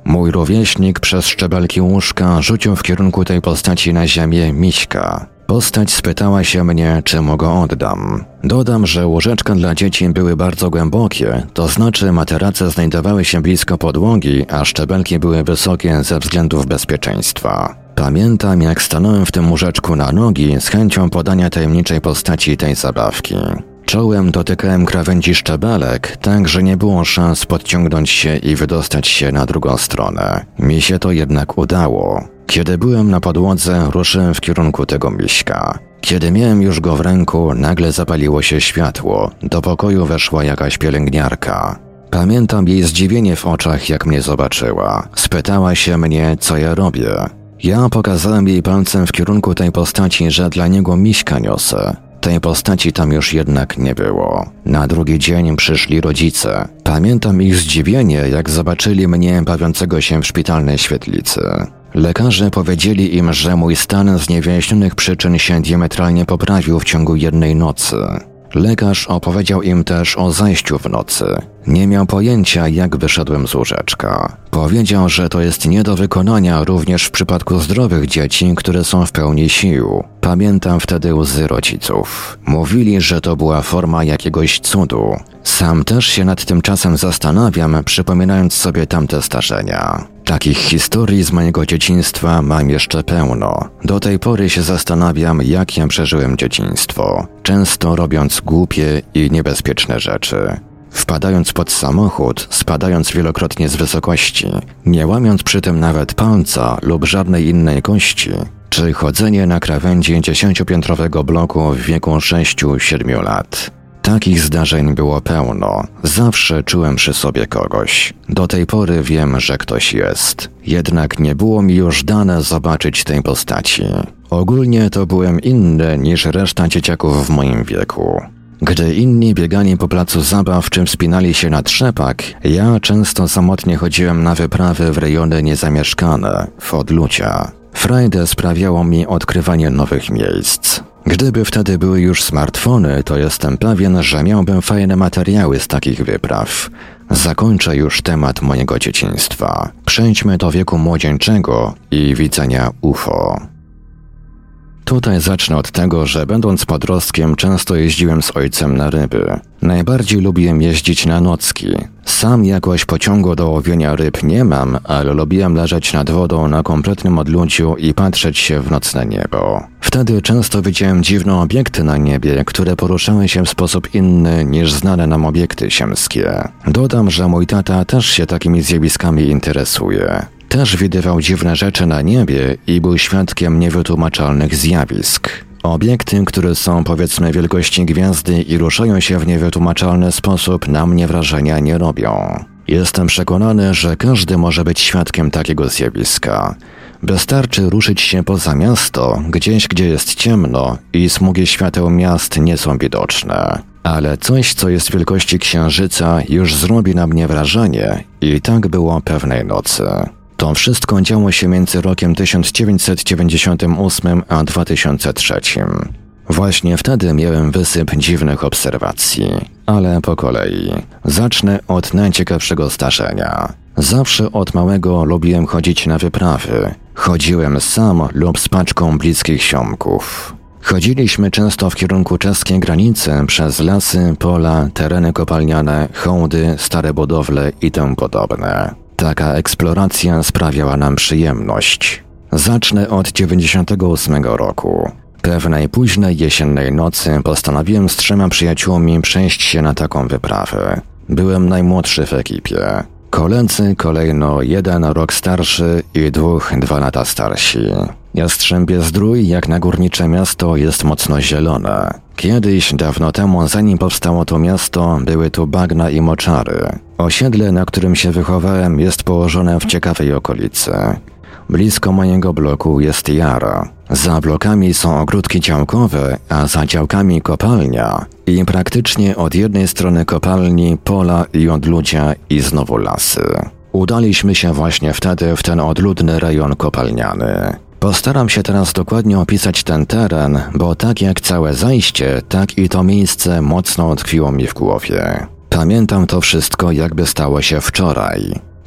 Mój rówieśnik przez szczebelki łóżka rzucił w kierunku tej postaci na ziemię miśka. Postać spytała się mnie, czy mu go oddam. Dodam, że łóżeczka dla dzieci były bardzo głębokie, to znaczy materace znajdowały się blisko podłogi, a szczebelki były wysokie ze względów bezpieczeństwa. Pamiętam, jak stanąłem w tym łóżeczku na nogi z chęcią podania tajemniczej postaci tej zabawki. Czołem dotykałem krawędzi szczebelek, tak że nie było szans podciągnąć się i wydostać się na drugą stronę. Mi się to jednak udało. Kiedy byłem na podłodze, ruszyłem w kierunku tego miśka. Kiedy miałem już go w ręku, nagle zapaliło się światło. Do pokoju weszła jakaś pielęgniarka. Pamiętam jej zdziwienie w oczach, jak mnie zobaczyła. Spytała się mnie, co ja robię. Ja pokazałem jej palcem w kierunku tej postaci, że dla niego miśka niosę. Tej postaci tam już jednak nie było. Na drugi dzień przyszli rodzice. Pamiętam ich zdziwienie, jak zobaczyli mnie bawiącego się w szpitalnej świetlicy. Lekarze powiedzieli im, że mój stan z niewyjaśnionych przyczyn się diametralnie poprawił w ciągu jednej nocy. Lekarz opowiedział im też o zajściu w nocy. Nie miał pojęcia, jak wyszedłem z łóżeczka. Powiedział, że to jest nie do wykonania również w przypadku zdrowych dzieci, które są w pełni sił. Pamiętam wtedy łzy rodziców. Mówili, że to była forma jakiegoś cudu. Sam też się nad tym czasem zastanawiam, przypominając sobie tamte zdarzenia. Takich historii z mojego dzieciństwa mam jeszcze pełno. Do tej pory się zastanawiam, jak ja przeżyłem dzieciństwo. Często robiąc głupie i niebezpieczne rzeczy. Wpadając pod samochód, spadając wielokrotnie z wysokości, nie łamiąc przy tym nawet palca lub żadnej innej kości, czy chodzenie na krawędzi 10-piętrowego bloku w wieku 6-7 lat. Takich zdarzeń było pełno. Zawsze czułem przy sobie kogoś. Do tej pory wiem, że ktoś jest. Jednak nie było mi już dane zobaczyć tej postaci. Ogólnie to byłem inny niż reszta dzieciaków w moim wieku. Gdy inni biegali po placu zabaw czy wspinali się na trzepak, ja często samotnie chodziłem na wyprawy w rejony niezamieszkane, w odlucia. Frajdę sprawiało mi odkrywanie nowych miejsc. Gdyby wtedy były już smartfony, to jestem pewien, że miałbym fajne materiały z takich wypraw. Zakończę już temat mojego dzieciństwa. Przejdźmy do wieku młodzieńczego i widzenia UFO. Tutaj zacznę od tego, że będąc podrostkiem często jeździłem z ojcem na ryby. Najbardziej lubiłem jeździć na nocki. Sam jakoś pociągu do łowienia ryb nie mam, ale lubiłem leżeć nad wodą na kompletnym odludziu i patrzeć się w nocne niebo. Wtedy często widziałem dziwne obiekty na niebie, które poruszały się w sposób inny niż znane nam obiekty ziemskie. Dodam, że mój tata też się takimi zjawiskami interesuje. Też widywał dziwne rzeczy na niebie i był świadkiem niewytłumaczalnych zjawisk. Obiekty, które są powiedzmy wielkości gwiazdy i ruszają się w niewytłumaczalny sposób, na mnie wrażenia nie robią. Jestem przekonany, że każdy może być świadkiem takiego zjawiska. Wystarczy ruszyć się poza miasto, gdzieś gdzie jest ciemno i smugi świateł miast nie są widoczne. Ale coś, co jest wielkości księżyca, już zrobi na mnie wrażenie i tak było pewnej nocy. To wszystko działo się między rokiem 1998 a 2003. Właśnie wtedy miałem wysyp dziwnych obserwacji. Ale po kolei. Zacznę od najciekawszego zdarzenia. Zawsze od małego lubiłem chodzić na wyprawy. Chodziłem sam lub z paczką bliskich ziomków. Chodziliśmy często w kierunku czeskiej granicy przez lasy, pola, tereny kopalniane, hołdy, stare budowle i tym podobne. Taka eksploracja sprawiała nam przyjemność. Zacznę od 98 roku. Pewnej późnej jesiennej nocy postanowiłem z 3 przyjaciółmi przejść się na taką wyprawę. Byłem najmłodszy w ekipie. Koledzy kolejno 1 rok starszy i 2 lata starsi. Jastrzębie Zdrój, jak na górnicze miasto, jest mocno zielone. Kiedyś, dawno temu, zanim powstało to miasto, były tu bagna i moczary. Osiedle, na którym się wychowałem, jest położone w ciekawej okolicy. Blisko mojego bloku jest jar. Za blokami są ogródki działkowe, a za działkami kopalnia. I praktycznie od jednej strony kopalni, pola i odludzia i znowu lasy. Udaliśmy się właśnie wtedy w ten odludny rejon kopalniany. Postaram się teraz dokładnie opisać ten teren, bo tak jak całe zajście, tak i to miejsce mocno utkwiło mi w głowie. Pamiętam to wszystko, jakby stało się wczoraj.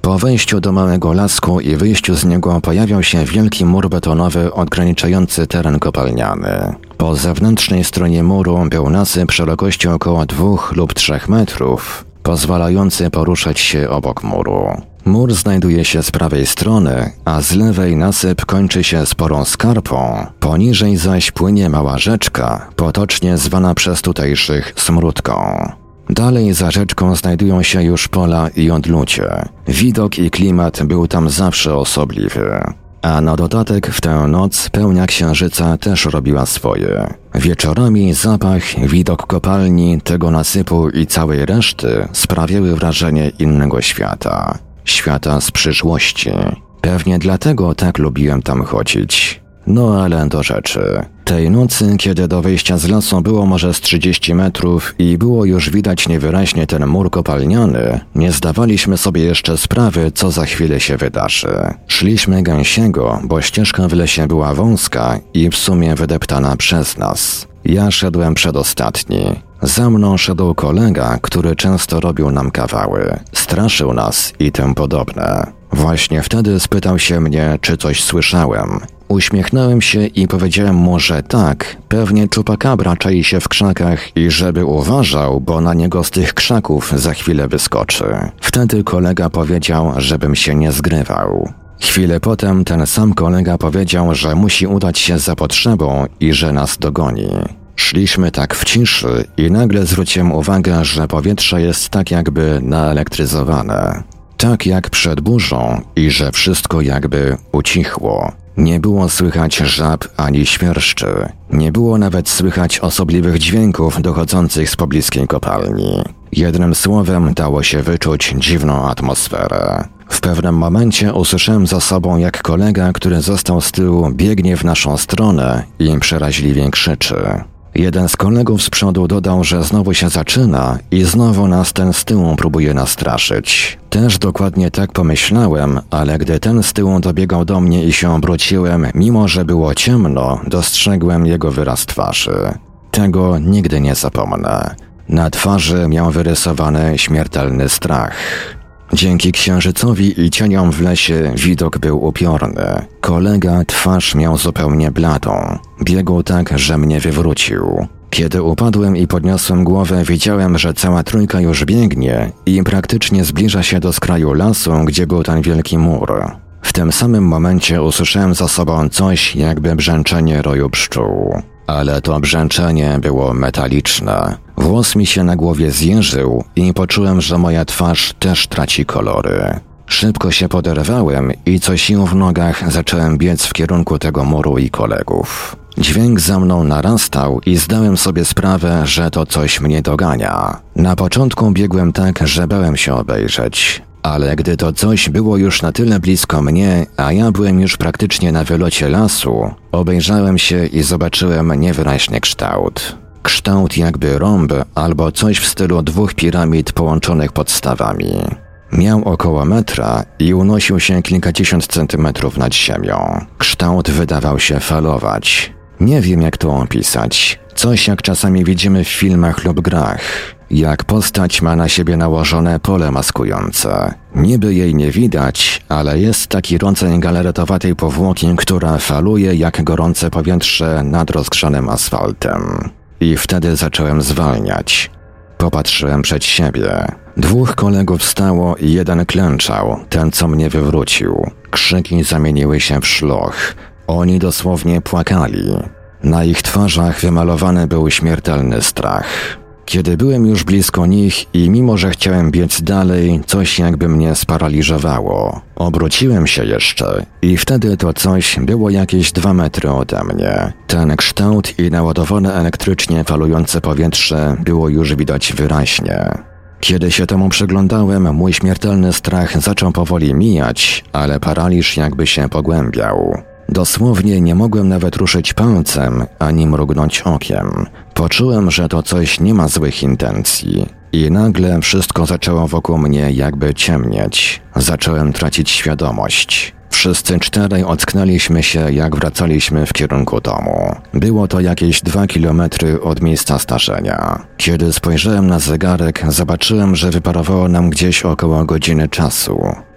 Po wejściu do małego lasku i wyjściu z niego pojawiał się wielki mur betonowy odgraniczający teren kopalniany. Po zewnętrznej stronie muru był nasyp szerokości około 2 lub 3 metrów, pozwalający poruszać się obok muru. Mur znajduje się z prawej strony, a z lewej nasyp kończy się sporą skarpą, poniżej zaś płynie mała rzeczka, potocznie zwana przez tutejszych Smródką. Dalej za rzeczką znajdują się już pola i odludzie. Widok i klimat był tam zawsze osobliwy. A na dodatek w tę noc pełnia księżyca też robiła swoje. Wieczorami zapach, widok kopalni, tego nasypu i całej reszty sprawiały wrażenie innego świata. Świata z przyszłości. Pewnie dlatego tak lubiłem tam chodzić. No ale do rzeczy. Tej nocy, kiedy do wejścia z lasu było może z 30 metrów i było już widać niewyraźnie ten mur kopalniany, nie zdawaliśmy sobie jeszcze sprawy, co za chwilę się wydarzy. Szliśmy gęsiego, bo ścieżka w lesie była wąska i w sumie wydeptana przez nas. Ja szedłem przedostatni. Za mną szedł kolega, który często robił nam kawały. Straszył nas i tym podobne. Właśnie wtedy spytał się mnie, czy coś słyszałem. Uśmiechnąłem się i powiedziałem mu, że tak, pewnie chupacabra czai się w krzakach i żeby uważał, bo na niego z tych krzaków za chwilę wyskoczy. Wtedy kolega powiedział, żebym się nie zgrywał. Chwilę potem ten sam kolega powiedział, że musi udać się za potrzebą i że nas dogoni. Szliśmy tak w ciszy i nagle zwróciłem uwagę, że powietrze jest tak jakby naelektryzowane. Tak jak przed burzą i że wszystko jakby ucichło. Nie było słychać żab ani świerszczy. Nie było nawet słychać osobliwych dźwięków dochodzących z pobliskiej kopalni. Jednym słowem dało się wyczuć dziwną atmosferę. W pewnym momencie usłyszałem za sobą, jak kolega, który został z tyłu, biegnie w naszą stronę i przeraźliwie krzyczy. Jeden z kolegów z przodu dodał, że znowu się zaczyna i znowu nas ten z tyłu próbuje nastraszyć. Też dokładnie tak pomyślałem, ale gdy ten z tyłu dobiegał do mnie i się obróciłem, mimo że było ciemno, dostrzegłem jego wyraz twarzy. Tego nigdy nie zapomnę. Na twarzy miał wyrysowany śmiertelny strach. Dzięki księżycowi i cieniom w lesie widok był upiorny. Kolega twarz miał zupełnie bladą. Biegł tak, że mnie wywrócił. Kiedy upadłem i podniosłem głowę, widziałem, że cała trójka już biegnie i praktycznie zbliża się do skraju lasu, gdzie był ten wielki mur. W tym samym momencie usłyszałem za sobą coś jakby brzęczenie roju pszczół. Ale to brzęczenie było metaliczne. Włos mi się na głowie zjeżył i poczułem, że moja twarz też traci kolory. Szybko się poderwałem i co sił w nogach zacząłem biec w kierunku tego muru i kolegów. Dźwięk za mną narastał i zdałem sobie sprawę, że to coś mnie dogania. Na początku biegłem tak, że bałem się obejrzeć. Ale gdy to coś było już na tyle blisko mnie, a ja byłem już praktycznie na wylocie lasu, obejrzałem się i zobaczyłem niewyraźnie kształt. Kształt jakby rąb albo coś w stylu 2 piramid połączonych podstawami. Miał około metra i unosił się kilkadziesiąt centymetrów nad ziemią. Kształt wydawał się falować. Nie wiem, jak to opisać. Coś jak czasami widzimy w filmach lub grach. Jak postać ma na siebie nałożone pole maskujące. Niby jej nie widać, ale jest taki rodzaj galaretowatej powłoki, która faluje jak gorące powietrze nad rozgrzanym asfaltem. I wtedy zacząłem zwalniać. Popatrzyłem przed siebie. 2 kolegów stało i jeden klęczał, ten co mnie wywrócił. Krzyki zamieniły się w szloch. Oni dosłownie płakali. Na ich twarzach wymalowany był śmiertelny strach. Kiedy byłem już blisko nich i mimo że chciałem biec dalej, coś jakby mnie sparaliżowało. Obróciłem się jeszcze i wtedy to coś było jakieś 2 metry ode mnie. Ten kształt i naładowane elektrycznie falujące powietrze było już widać wyraźnie. Kiedy się temu przyglądałem, mój śmiertelny strach zaczął powoli mijać, ale paraliż jakby się pogłębiał. Dosłownie nie mogłem nawet ruszyć palcem, ani mrugnąć okiem. Poczułem, że to coś nie ma złych intencji. I nagle wszystko zaczęło wokół mnie jakby ciemnieć. Zacząłem tracić świadomość. Wszyscy 4 ocknęliśmy się, jak wracaliśmy w kierunku domu. Było to jakieś 2 kilometry od miejsca zdarzenia. Kiedy spojrzałem na zegarek, zobaczyłem, że wyparowało nam gdzieś około godziny czasu.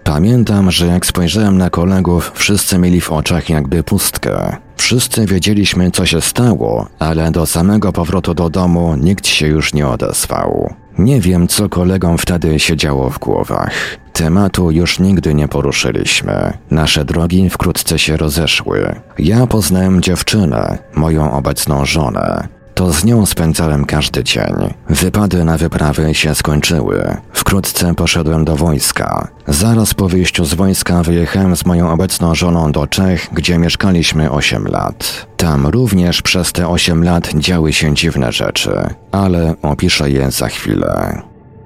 Pamiętam, że jak spojrzałem na kolegów, wszyscy mieli w oczach jakby pustkę. Wszyscy wiedzieliśmy, co się stało, ale do samego powrotu do domu nikt się już nie odezwał. Nie wiem, co kolegom wtedy się działo w głowach. Tematu już nigdy nie poruszyliśmy. Nasze drogi wkrótce się rozeszły. Ja poznałem dziewczynę, moją obecną żonę. To z nią spędzałem każdy dzień. Wypady na wyprawy się skończyły. Wkrótce poszedłem do wojska. Zaraz po wyjściu z wojska wyjechałem z moją obecną żoną do Czech, gdzie mieszkaliśmy 8 lat. Tam również przez te 8 lat działy się dziwne rzeczy, ale opiszę je za chwilę.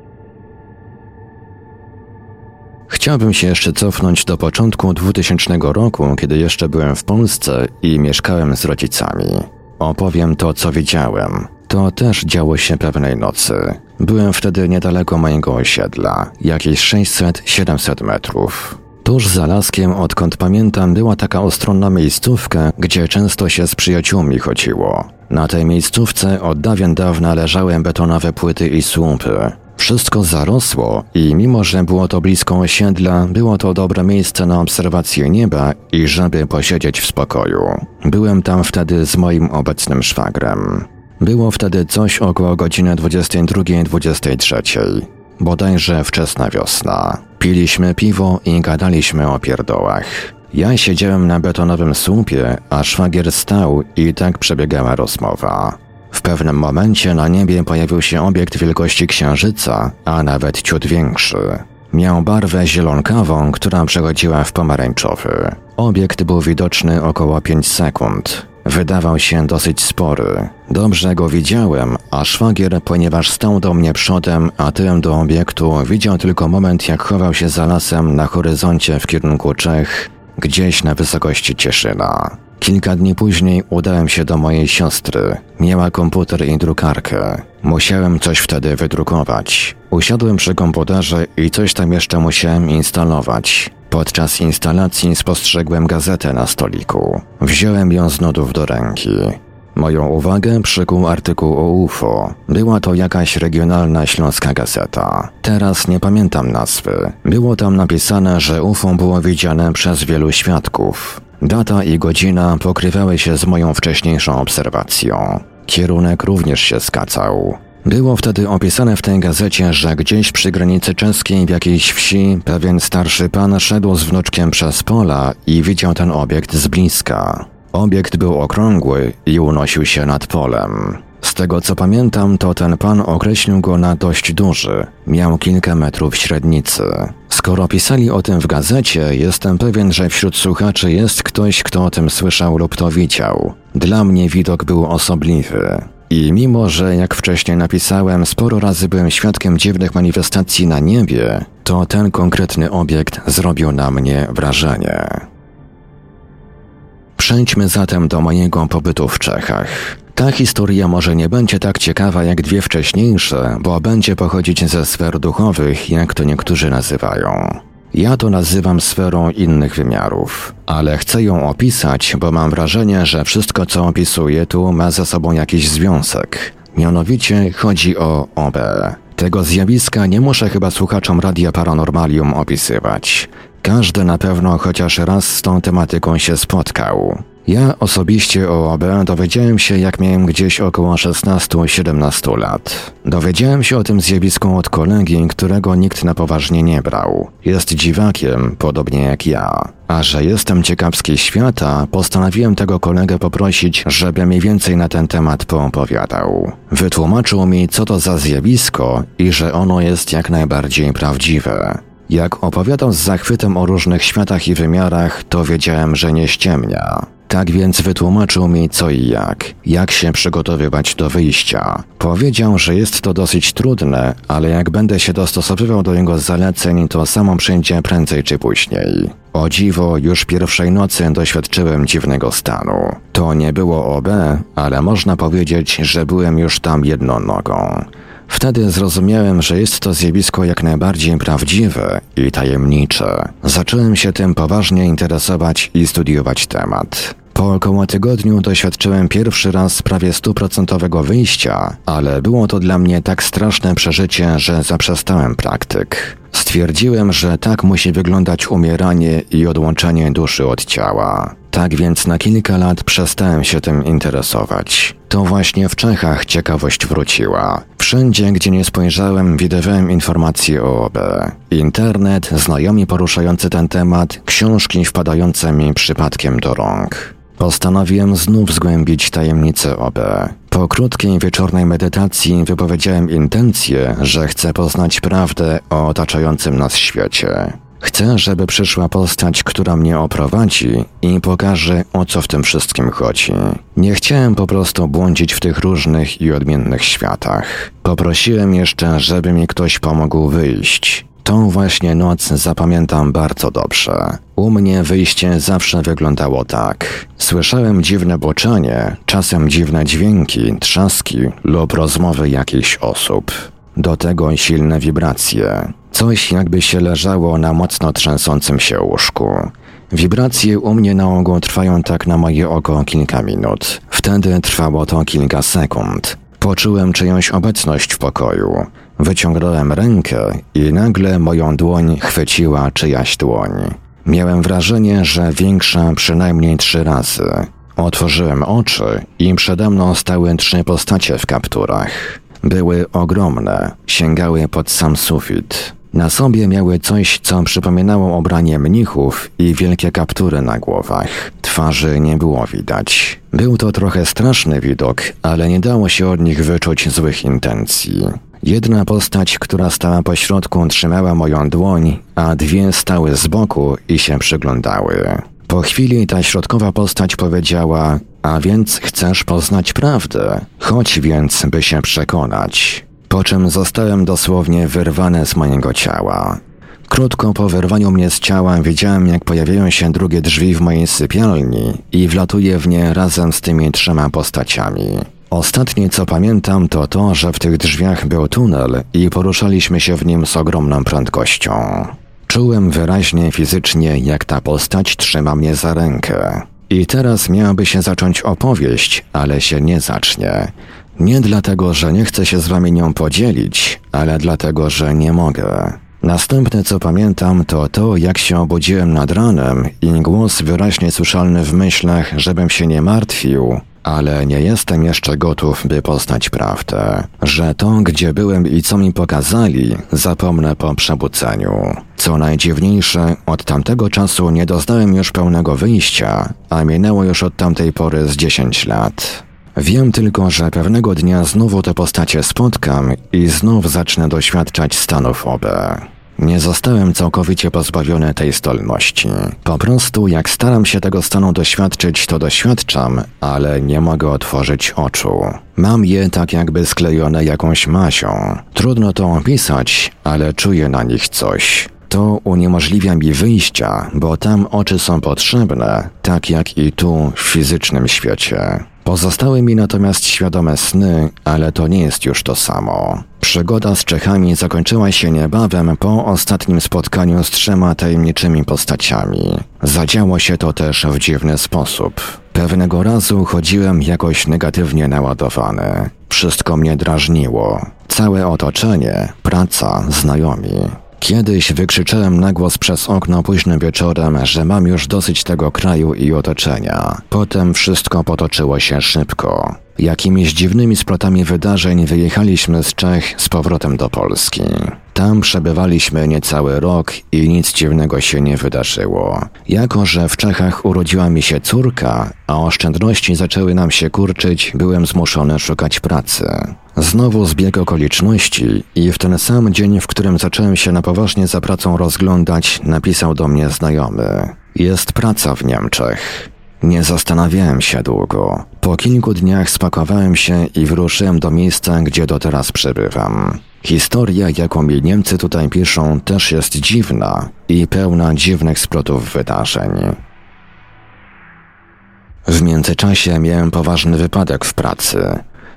Chciałbym się jeszcze cofnąć do początku 2000 roku, kiedy jeszcze byłem w Polsce i mieszkałem z rodzicami. Opowiem to, co widziałem. To też działo się pewnej nocy. Byłem wtedy niedaleko mojego osiedla, jakieś 600-700 metrów. Tuż za laskiem, odkąd pamiętam, była taka ostronna miejscówka, gdzie często się z przyjaciółmi chodziło. Na tej miejscówce od dawien dawna leżały betonowe płyty i słupy. Wszystko zarosło i mimo, że było to blisko osiedla, było to dobre miejsce na obserwację nieba i żeby posiedzieć w spokoju. Byłem tam wtedy z moim obecnym szwagrem. Było wtedy coś około godziny 22-23. Bodajże wczesna wiosna. Piliśmy piwo i gadaliśmy o pierdołach. Ja siedziałem na betonowym słupie, a szwagier stał i tak przebiegała rozmowa. W pewnym momencie na niebie pojawił się obiekt wielkości księżyca, a nawet ciut większy. Miał barwę zielonkawą, która przechodziła w pomarańczowy. Obiekt był widoczny około 5 sekund. Wydawał się dosyć spory. Dobrze go widziałem, a szwagier, ponieważ stał do mnie przodem, a tyłem do obiektu, widział tylko moment, jak chował się za lasem na horyzoncie w kierunku Czech, gdzieś na wysokości Cieszyna. Kilka dni później udałem się do mojej siostry. Miała komputer i drukarkę. Musiałem coś wtedy wydrukować. Usiadłem przy komputerze i coś tam jeszcze musiałem instalować. Podczas instalacji spostrzegłem gazetę na stoliku. Wziąłem ją z nudów do ręki. Moją uwagę przykuł artykuł o UFO. Była to jakaś regionalna śląska gazeta. Teraz nie pamiętam nazwy. Było tam napisane, że UFO było widziane przez wielu świadków. Data i godzina pokrywały się z moją wcześniejszą obserwacją. Kierunek również się zgadzał. Było wtedy opisane w tej gazecie, że gdzieś przy granicy czeskiej w jakiejś wsi pewien starszy pan szedł z wnuczkiem przez pola i widział ten obiekt z bliska. Obiekt był okrągły i unosił się nad polem. Z tego co pamiętam, to ten pan określił go na dość duży. Miał kilka metrów średnicy. Skoro pisali o tym w gazecie, jestem pewien, że wśród słuchaczy jest ktoś, kto o tym słyszał lub to widział. Dla mnie widok był osobliwy. I mimo, że jak wcześniej napisałem, sporo razy byłem świadkiem dziwnych manifestacji na niebie, to ten konkretny obiekt zrobił na mnie wrażenie. Przejdźmy zatem do mojego pobytu w Czechach. Ta historia może nie będzie tak ciekawa jak dwie wcześniejsze, bo będzie pochodzić ze sfer duchowych, jak to niektórzy nazywają. Ja to nazywam sferą innych wymiarów, ale chcę ją opisać, bo mam wrażenie, że wszystko co opisuję tu ma ze sobą jakiś związek. Mianowicie chodzi o OB. Tego zjawiska nie muszę chyba słuchaczom Radia Paranormalium opisywać. Każdy na pewno chociaż raz z tą tematyką się spotkał. Ja osobiście o OB dowiedziałem się, jak miałem gdzieś około 16-17 lat. Dowiedziałem się o tym zjawisku od kolegi, którego nikt na poważnie nie brał. Jest dziwakiem, podobnie jak ja. A że jestem ciekawski świata, postanowiłem tego kolegę poprosić, żeby mi więcej na ten temat poopowiadał. Wytłumaczył mi, co to za zjawisko i że ono jest jak najbardziej prawdziwe. Jak opowiadał z zachwytem o różnych światach i wymiarach, to wiedziałem, że nie ściemnia. Tak więc wytłumaczył mi co i jak się przygotowywać do wyjścia. Powiedział, że jest to dosyć trudne, ale jak będę się dostosowywał do jego zaleceń, to samo przyjdzie prędzej czy później. O dziwo, już pierwszej nocy doświadczyłem dziwnego stanu. To nie było OB, ale można powiedzieć, że byłem już tam jedną nogą. Wtedy zrozumiałem, że jest to zjawisko jak najbardziej prawdziwe i tajemnicze. Zacząłem się tym poważnie interesować i studiować temat. Po około tygodniu doświadczyłem pierwszy raz prawie 100% wyjścia, ale było to dla mnie tak straszne przeżycie, że zaprzestałem praktyk. Stwierdziłem, że tak musi wyglądać umieranie i odłączenie duszy od ciała. Tak więc na kilka lat przestałem się tym interesować. To właśnie w Czechach ciekawość wróciła. Wszędzie, gdzie nie spojrzałem, widywałem informacje o OB. Internet, znajomi poruszający ten temat, książki wpadające mi przypadkiem do rąk. Postanowiłem znów zgłębić tajemnicę OB. Po krótkiej wieczornej medytacji wypowiedziałem intencję, że chcę poznać prawdę o otaczającym nas świecie. Chcę, żeby przyszła postać, która mnie oprowadzi i pokaże, o co w tym wszystkim chodzi. Nie chciałem po prostu błądzić w tych różnych i odmiennych światach. Poprosiłem jeszcze, żeby mi ktoś pomógł wyjść. Tą właśnie noc zapamiętam bardzo dobrze. U mnie wyjście zawsze wyglądało tak. Słyszałem dziwne boczenie, czasem dziwne dźwięki, trzaski lub rozmowy jakichś osób. Do tego silne wibracje. Coś jakby się leżało na mocno trzęsącym się łóżku. Wibracje u mnie na ogół trwają tak na moje oko kilka minut. Wtedy trwało to kilka sekund. Poczułem czyjąś obecność w pokoju. Wyciągnąłem rękę i nagle moją dłoń chwyciła czyjaś dłoń. Miałem wrażenie, że większa przynajmniej 3 razy. Otworzyłem oczy i przede mną stały 3 postacie w kapturach. Były ogromne, sięgały pod sam sufit. Na sobie miały coś, co przypominało ubranie mnichów i wielkie kaptury na głowach. Twarzy nie było widać. Był to trochę straszny widok, ale nie dało się od nich wyczuć złych intencji. Jedna postać, która stała po środku, trzymała moją dłoń, a 2 stały z boku i się przyglądały. Po chwili ta środkowa postać powiedziała: a więc chcesz poznać prawdę? Chodź więc, by się przekonać. Po czym zostałem dosłownie wyrwany z mojego ciała. Krótko po wyrwaniu mnie z ciała widziałem, jak pojawiają się drugie drzwi w mojej sypialni i wlatuję w nie razem z tymi 3 postaciami. Ostatnie co pamiętam to to, że w tych drzwiach był tunel i poruszaliśmy się w nim z ogromną prędkością. Czułem wyraźnie fizycznie, jak ta postać trzyma mnie za rękę. I teraz miałaby się zacząć opowieść, ale się nie zacznie. Nie dlatego, że nie chcę się z wami nią podzielić, ale dlatego, że nie mogę. Następne co pamiętam to to, jak się obudziłem nad ranem i głos wyraźnie słyszalny w myślach, żebym się nie martwił, ale nie jestem jeszcze gotów, by poznać prawdę. Że to, gdzie byłem i co mi pokazali, zapomnę po przebudzeniu. Co najdziwniejsze, od tamtego czasu nie doznałem już pełnego wyjścia, a minęło już od tamtej pory z 10 lat. Wiem tylko, że pewnego dnia znowu te postacie spotkam i znów zacznę doświadczać stanów OB. Nie zostałem całkowicie pozbawiony tej zdolności. Po prostu jak staram się tego stanu doświadczyć, to doświadczam, ale nie mogę otworzyć oczu. Mam je tak jakby sklejone jakąś mazią. Trudno to opisać, ale czuję na nich coś. To uniemożliwia mi wyjścia, bo tam oczy są potrzebne, tak jak i tu w fizycznym świecie. Pozostały mi natomiast świadome sny, ale to nie jest już to samo. Przygoda z Czechami zakończyła się niebawem po ostatnim spotkaniu z 3 tajemniczymi postaciami. Zadziało się to też w dziwny sposób. Pewnego razu chodziłem jakoś negatywnie naładowany. Wszystko mnie drażniło. Całe otoczenie, praca, znajomi. Kiedyś wykrzyczałem na głos przez okno późnym wieczorem, że mam już dosyć tego kraju i otoczenia. Potem wszystko potoczyło się szybko. Jakimiś dziwnymi splotami wydarzeń wyjechaliśmy z Czech z powrotem do Polski. Tam przebywaliśmy niecały rok i nic dziwnego się nie wydarzyło. Jako że w Czechach urodziła mi się córka, a oszczędności zaczęły nam się kurczyć, byłem zmuszony szukać pracy. Znowu zbieg okoliczności i w ten sam dzień, w którym zacząłem się na poważnie za pracą rozglądać, napisał do mnie znajomy. Jest praca w Niemczech. Nie zastanawiałem się długo. Po kilku dniach spakowałem się i wyruszyłem do miejsca, gdzie do teraz przebywam. Historia, jaką mi Niemcy tutaj piszą, też jest dziwna i pełna dziwnych splotów wydarzeń. W międzyczasie miałem poważny wypadek w pracy.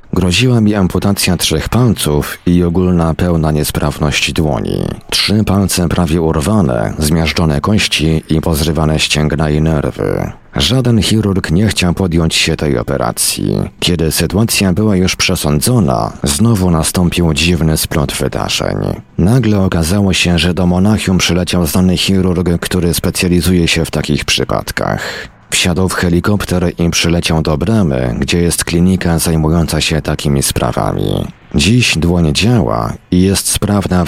Groziła mi amputacja 3 palców i ogólna pełna niesprawność dłoni. 3 palce prawie urwane, zmiażdżone kości i pozrywane ścięgna i nerwy. Żaden chirurg nie chciał podjąć się tej operacji. Kiedy sytuacja była już przesądzona, znowu nastąpił dziwny splot wydarzeń. Nagle okazało się, że do Monachium przyleciał znany chirurg, który specjalizuje się w takich przypadkach. Wsiadł w helikopter i przyleciał do Bremy, gdzie jest klinika zajmująca się takimi sprawami. Dziś dłoń działa i jest sprawna w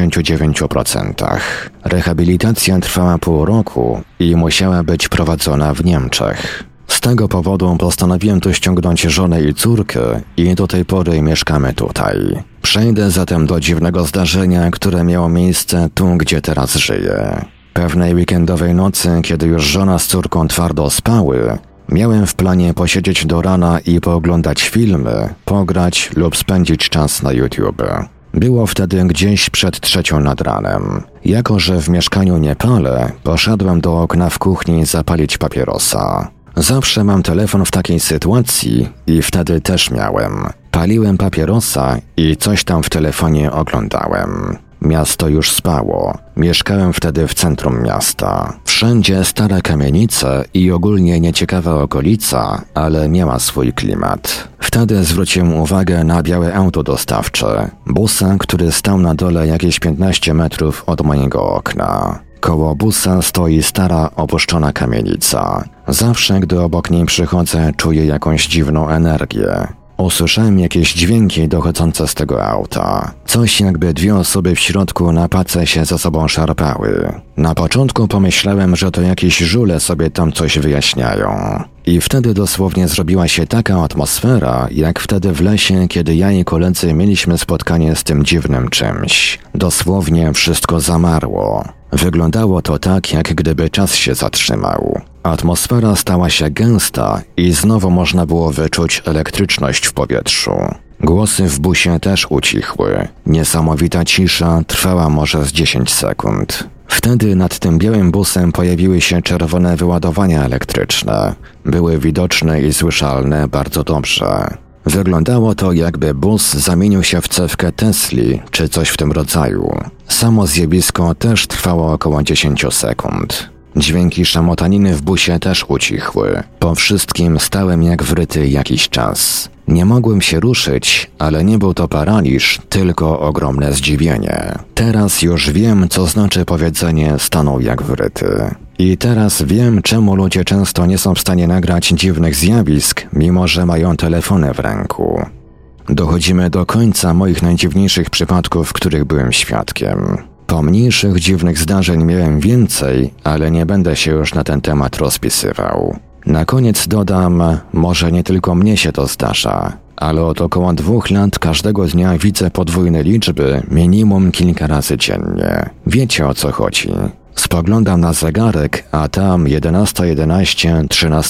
99%. Rehabilitacja trwała pół roku i musiała być prowadzona w Niemczech. Z tego powodu postanowiłem tu ściągnąć żonę i córkę i do tej pory mieszkamy tutaj. Przejdę zatem do dziwnego zdarzenia, które miało miejsce tu, gdzie teraz żyję. Pewnej weekendowej nocy, kiedy już żona z córką twardo spały, miałem w planie posiedzieć do rana i pooglądać filmy, pograć lub spędzić czas na YouTube. Było wtedy gdzieś przed 3 nad ranem. Jako że w mieszkaniu nie palę, poszedłem do okna w kuchni zapalić papierosa. Zawsze mam telefon w takiej sytuacji i wtedy też miałem. Paliłem papierosa i coś tam w telefonie oglądałem. Miasto już spało. Mieszkałem wtedy w centrum miasta. Wszędzie stare kamienice i ogólnie nieciekawa okolica, ale miała swój klimat. Wtedy zwróciłem uwagę na białe auto dostawcze, busa, który stał na dole jakieś 15 metrów od mojego okna. Koło busa stoi stara, opuszczona kamienica. Zawsze, gdy obok niej przychodzę, czuję jakąś dziwną energię. Usłyszałem jakieś dźwięki dochodzące z tego auta. Coś jakby 2 osoby w środku na pace się ze sobą szarpały. Na początku pomyślałem, że to jakieś żule sobie tam coś wyjaśniają. I wtedy dosłownie zrobiła się taka atmosfera, jak wtedy w lesie, kiedy ja i koledzy mieliśmy spotkanie z tym dziwnym czymś. Dosłownie wszystko zamarło. Wyglądało to tak, jak gdyby czas się zatrzymał. Atmosfera stała się gęsta i znowu można było wyczuć elektryczność w powietrzu. Głosy w busie też ucichły. Niesamowita cisza trwała może z 10 sekund. Wtedy nad tym białym busem pojawiły się czerwone wyładowania elektryczne. Były widoczne i słyszalne bardzo dobrze. Wyglądało to, jakby bus zamienił się w cewkę Tesli, czy coś w tym rodzaju. Samo zjawisko też trwało około 10 sekund. Dźwięki szamotaniny w busie też ucichły. Po wszystkim stałem jak wryty jakiś czas. Nie mogłem się ruszyć, ale nie był to paraliż, tylko ogromne zdziwienie. Teraz już wiem, co znaczy powiedzenie stanął jak wryty. I teraz wiem, czemu ludzie często nie są w stanie nagrać dziwnych zjawisk, mimo że mają telefony w ręku. Dochodzimy do końca moich najdziwniejszych przypadków, których byłem świadkiem. Pomniejszych dziwnych zdarzeń miałem więcej, ale nie będę się już na ten temat rozpisywał. Na koniec dodam, może nie tylko mnie się to zdarza, ale od około 2 lat każdego dnia widzę podwójne liczby, minimum kilka razy dziennie. Wiecie, o co chodzi. Spoglądam na zegarek, a tam 11:11,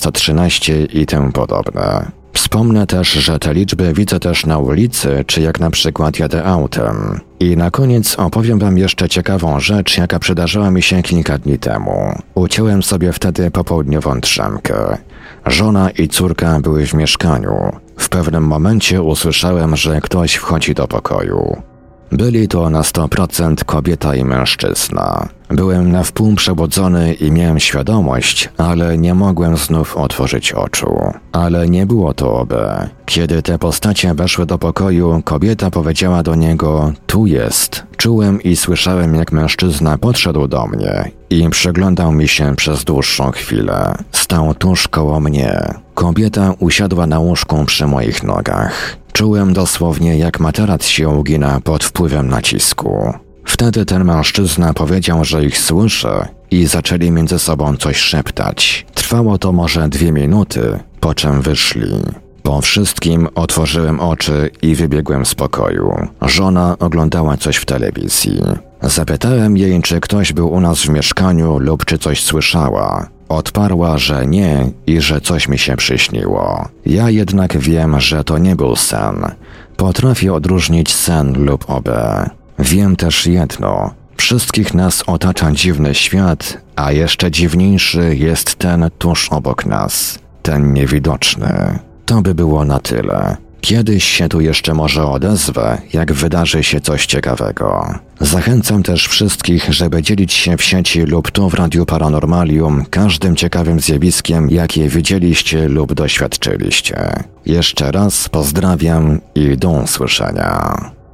13:13 i tym podobne. Wspomnę też, że te liczby widzę też na ulicy, czy jak na przykład jadę autem. I na koniec opowiem wam jeszcze ciekawą rzecz, jaka przydarzyła mi się kilka dni temu. Uciąłem sobie wtedy popołudniową drzemkę. Żona i córka były w mieszkaniu. W pewnym momencie usłyszałem, że ktoś wchodzi do pokoju. Byli to na 100% kobieta i mężczyzna. Byłem na wpół przebudzony i miałem świadomość, ale nie mogłem znów otworzyć oczu. Ale nie było to obe. Kiedy te postacie weszły do pokoju, kobieta powiedziała do niego: tu jest. Czułem i słyszałem, jak mężczyzna podszedł do mnie i przyglądał mi się przez dłuższą chwilę. Stał tuż koło mnie. Kobieta usiadła na łóżku przy moich nogach. Czułem dosłownie, jak materac się ugina pod wpływem nacisku. Wtedy ten mężczyzna powiedział, że ich słyszy i zaczęli między sobą coś szeptać. Trwało to może 2 minuty, po czym wyszli. Po wszystkim otworzyłem oczy i wybiegłem z pokoju. Żona oglądała coś w telewizji. Zapytałem jej, czy ktoś był u nas w mieszkaniu lub czy coś słyszała. Odparła, że nie i że coś mi się przyśniło. Ja jednak wiem, że to nie był sen. Potrafię odróżnić sen lub obę. Wiem też jedno. Wszystkich nas otacza dziwny świat, a jeszcze dziwniejszy jest ten tuż obok nas. Ten niewidoczny. To by było na tyle. Kiedyś się tu jeszcze może odezwę, jak wydarzy się coś ciekawego. Zachęcam też wszystkich, żeby dzielić się w sieci lub tu w Radiu Paranormalium każdym ciekawym zjawiskiem, jakie widzieliście lub doświadczyliście. Jeszcze raz pozdrawiam i do usłyszenia.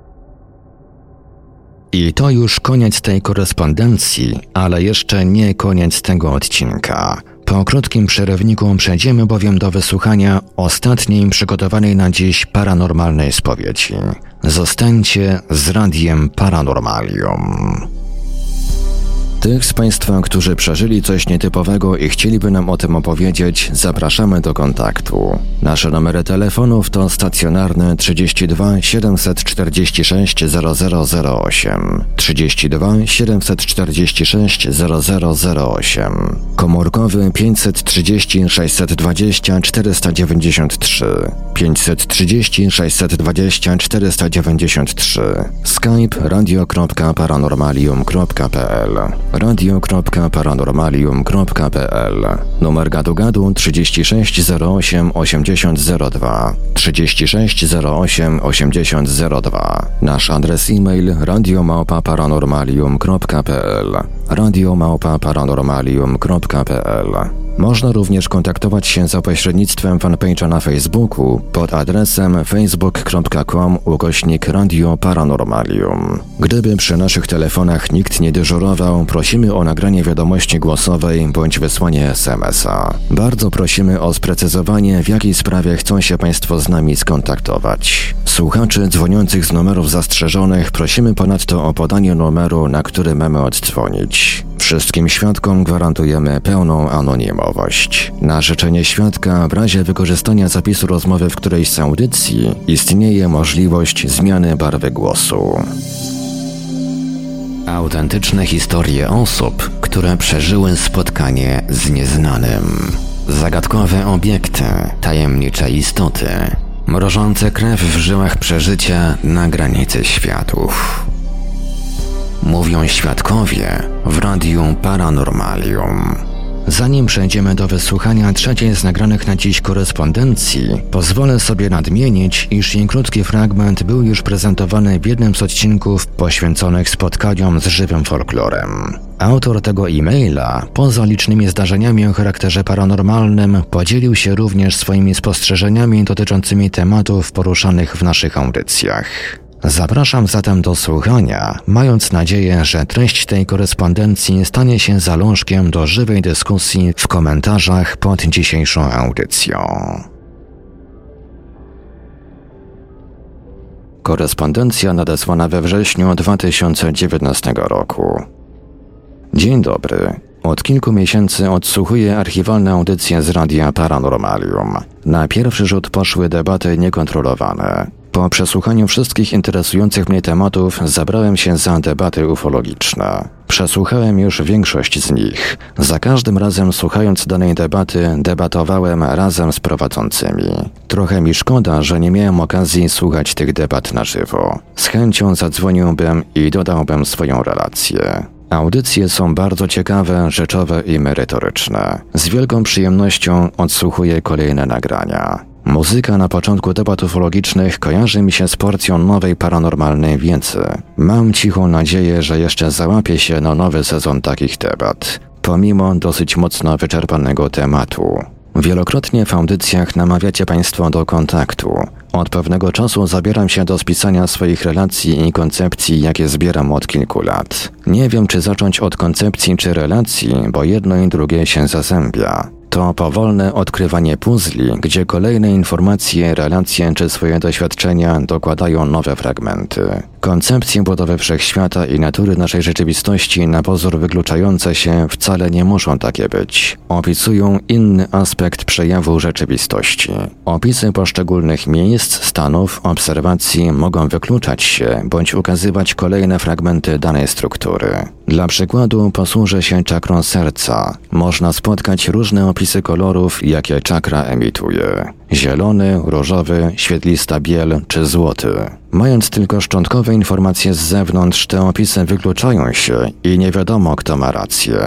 I to już koniec tej korespondencji, ale jeszcze nie koniec tego odcinka. Po krótkim przerywniku przejdziemy bowiem do wysłuchania ostatniej przygotowanej na dziś paranormalnej spowiedzi. Zostańcie z Radiem Paranormalium. Tych z Państwa, którzy przeżyli coś nietypowego i chcieliby nam o tym opowiedzieć, zapraszamy do kontaktu. Nasze numery telefonów to stacjonarny 32 746 0008, 32 746 0008, komórkowy 530 620 493, 530 620 493, skype radio.paranormalium.pl, radio.paranormalium.pl, numer gadu 36 08 8002, 36 08 8002, nasz adres e-mail radio@paranormalium.pl, radio@paranormalium.pl. Można również kontaktować się za pośrednictwem fanpage'a na Facebooku pod adresem facebook.com/Radio Paranormalium. Gdyby przy naszych telefonach nikt nie dyżurował, prosimy o nagranie wiadomości głosowej bądź wysłanie SMS-a. Bardzo prosimy o sprecyzowanie, w jakiej sprawie chcą się Państwo z nami skontaktować. Słuchaczy dzwoniących z numerów zastrzeżonych prosimy ponadto o podanie numeru, na który mamy oddzwonić. Wszystkim świadkom gwarantujemy pełną anonimowość. Na życzenie świadka w razie wykorzystania zapisu rozmowy w którejś z audycji istnieje możliwość zmiany barwy głosu. Autentyczne historie osób, które przeżyły spotkanie z nieznanym. Zagadkowe obiekty, tajemnicze istoty, mrożące krew w żyłach przeżycia na granicy światów. Mówią świadkowie w Radiu Paranormalium. Zanim przejdziemy do wysłuchania trzeciej z nagranych na dziś korespondencji, pozwolę sobie nadmienić, iż jej krótki fragment był już prezentowany w jednym z odcinków poświęconych spotkaniom z żywym folklorem. Autor tego e-maila, poza licznymi zdarzeniami o charakterze paranormalnym, podzielił się również swoimi spostrzeżeniami dotyczącymi tematów poruszanych w naszych audycjach. Zapraszam zatem do słuchania, mając nadzieję, że treść tej korespondencji stanie się zalążkiem do żywej dyskusji w komentarzach pod dzisiejszą audycją. Korespondencja nadesłana we wrześniu 2019 roku. Dzień dobry. Od kilku miesięcy odsłuchuję archiwalne audycje z Radia Paranormalium. Na pierwszy rzut poszły debaty niekontrolowane. Po przesłuchaniu wszystkich interesujących mnie tematów zabrałem się za debaty ufologiczne. Przesłuchałem już większość z nich. Za każdym razem słuchając danej debaty, debatowałem razem z prowadzącymi. Trochę mi szkoda, że nie miałem okazji słuchać tych debat na żywo. Z chęcią zadzwoniłbym i dodałbym swoją relację. Audycje są bardzo ciekawe, rzeczowe i merytoryczne. Z wielką przyjemnością odsłuchuję kolejne nagrania. Muzyka na początku debat ufologicznych kojarzy mi się z porcją nowej paranormalnej wiedzy. Mam cichą nadzieję, że jeszcze załapię się na nowy sezon takich debat, pomimo dosyć mocno wyczerpanego tematu. Wielokrotnie w audycjach namawiacie Państwo do kontaktu. Od pewnego czasu zabieram się do spisania swoich relacji i koncepcji, jakie zbieram od kilku lat. Nie wiem, czy zacząć od koncepcji czy relacji, bo jedno i drugie się zazębia. To powolne odkrywanie puzli, gdzie kolejne informacje, relacje czy swoje doświadczenia dokładają nowe fragmenty. Koncepcje budowy wszechświata i natury naszej rzeczywistości na pozór wykluczające się wcale nie muszą takie być. Opisują inny aspekt przejawu rzeczywistości. Opisy poszczególnych miejsc, stanów, obserwacji mogą wykluczać się bądź ukazywać kolejne fragmenty danej struktury. Dla przykładu posłużę się czakrą serca. Można spotkać różne opisy kolorów, jakie czakra emituje. Zielony, różowy, świetlista biel czy złoty. Mając tylko szczątkowe informacje z zewnątrz, te opisy wykluczają się i nie wiadomo, kto ma rację.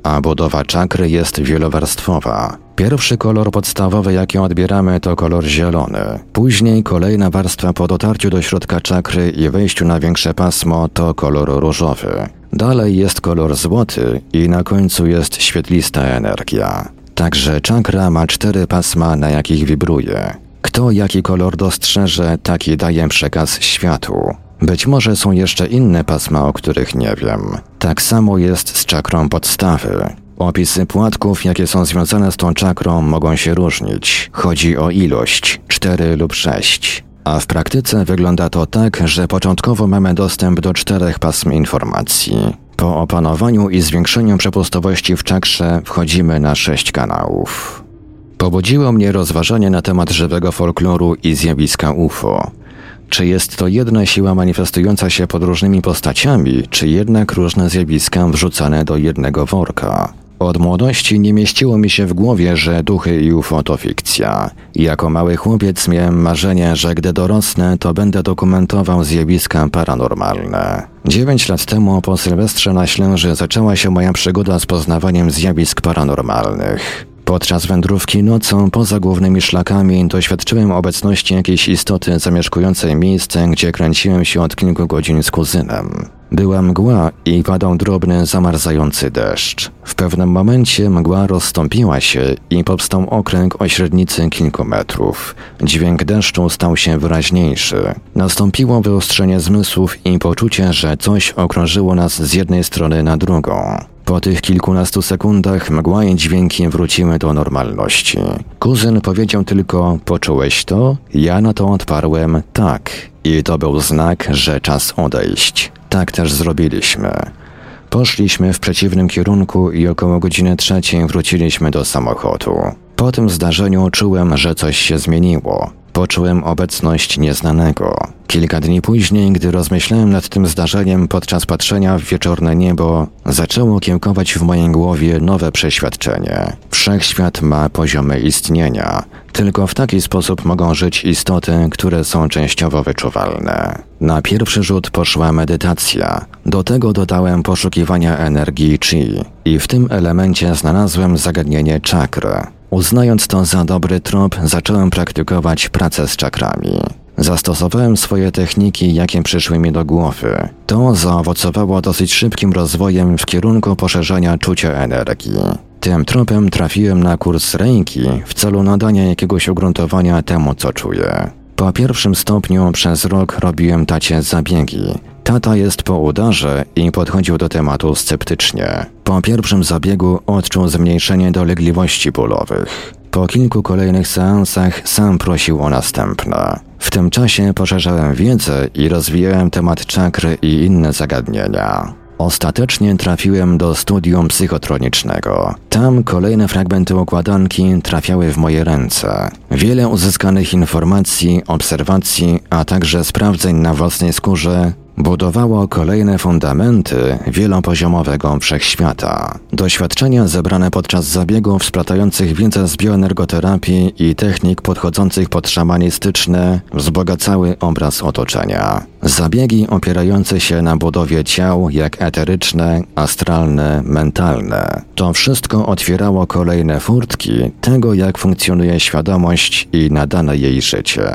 a budowa czakry jest wielowarstwowa. Pierwszy kolor podstawowy, jaki odbieramy, to kolor zielony. Później kolejna warstwa po dotarciu do środka czakry i wejściu na większe pasmo to kolor różowy. Dalej jest kolor złoty i na końcu jest świetlista energia. Także czakra ma 4 pasma, na jakich wibruje. Kto jaki kolor dostrzeże, taki daje przekaz światu. Być może są jeszcze inne pasma, o których nie wiem. Tak samo jest z czakrą podstawy. Opisy płatków, jakie są związane z tą czakrą, mogą się różnić. Chodzi o ilość 4 lub 6. A w praktyce wygląda to tak, że początkowo mamy dostęp do 4 pasm informacji. Po opanowaniu i zwiększeniu przepustowości w czakrze wchodzimy na 6 kanałów. Pobudziło mnie rozważanie na temat żywego folkloru i zjawiska UFO. Czy jest to jedna siła manifestująca się pod różnymi postaciami, czy jednak różne zjawiska wrzucane do jednego worka? Od młodości nie mieściło mi się w głowie, że duchy i UFO to fikcja. Jako mały chłopiec miałem marzenie, że gdy dorosnę, to będę dokumentował zjawiska paranormalne. 9 lat temu po Sylwestrze na Ślęży zaczęła się moja przygoda z poznawaniem zjawisk paranormalnych. Podczas wędrówki nocą poza głównymi szlakami doświadczyłem obecności jakiejś istoty zamieszkującej miejsce, gdzie kręciłem się od kilku godzin z kuzynem. Była mgła i padał drobny, zamarzający deszcz. W pewnym momencie mgła rozstąpiła się i powstał okręg o średnicy kilku metrów. Dźwięk deszczu stał się wyraźniejszy. Nastąpiło wyostrzenie zmysłów i poczucie, że coś okrążyło nas z jednej strony na drugą. Po tych kilkunastu sekundach mgła i dźwięki wróciły do normalności. Kuzyn powiedział tylko: poczułeś to? Ja na to odparłem: tak. I to był znak, że czas odejść. Tak też zrobiliśmy. Poszliśmy w przeciwnym kierunku i około godziny 3 wróciliśmy do samochodu. Po tym zdarzeniu czułem, że coś się zmieniło. Poczułem obecność nieznanego. Kilka dni później, gdy rozmyślałem nad tym zdarzeniem podczas patrzenia w wieczorne niebo, zaczęło kiełkować w mojej głowie nowe przeświadczenie. Wszechświat ma poziomy istnienia. Tylko w taki sposób mogą żyć istoty, które są częściowo wyczuwalne. Na pierwszy rzut poszła medytacja. Do tego dodałem poszukiwania energii chi. I w tym elemencie znalazłem zagadnienie czakry. Uznając to za dobry trop, zacząłem praktykować pracę z czakrami. Zastosowałem swoje techniki, jakie przyszły mi do głowy. To zaowocowało dosyć szybkim rozwojem w kierunku poszerzania czucia energii. Tym tropem trafiłem na kurs Reiki w celu nadania jakiegoś ugruntowania temu, co czuję. Po pierwszym stopniu przez rok robiłem tacie zabiegi. Tata jest po udarze i podchodził do tematu sceptycznie. Po pierwszym zabiegu odczuł zmniejszenie dolegliwości bólowych. Po kilku kolejnych seansach sam prosił o następne. W tym czasie poszerzałem wiedzę i rozwijałem temat czakry i inne zagadnienia. Ostatecznie trafiłem do studium psychotronicznego. Tam kolejne fragmenty układanki trafiały w moje ręce. Wiele uzyskanych informacji, obserwacji, a także sprawdzeń na własnej skórze budowało kolejne fundamenty wielopoziomowego wszechświata. Doświadczenia zebrane podczas zabiegów splatających wiedzę z bioenergoterapii i technik podchodzących pod szamanistyczne wzbogacały obraz otoczenia. Zabiegi opierające się na budowie ciał jak eteryczne, astralne, mentalne. To wszystko otwierało kolejne furtki tego, jak funkcjonuje świadomość i nadane jej życie.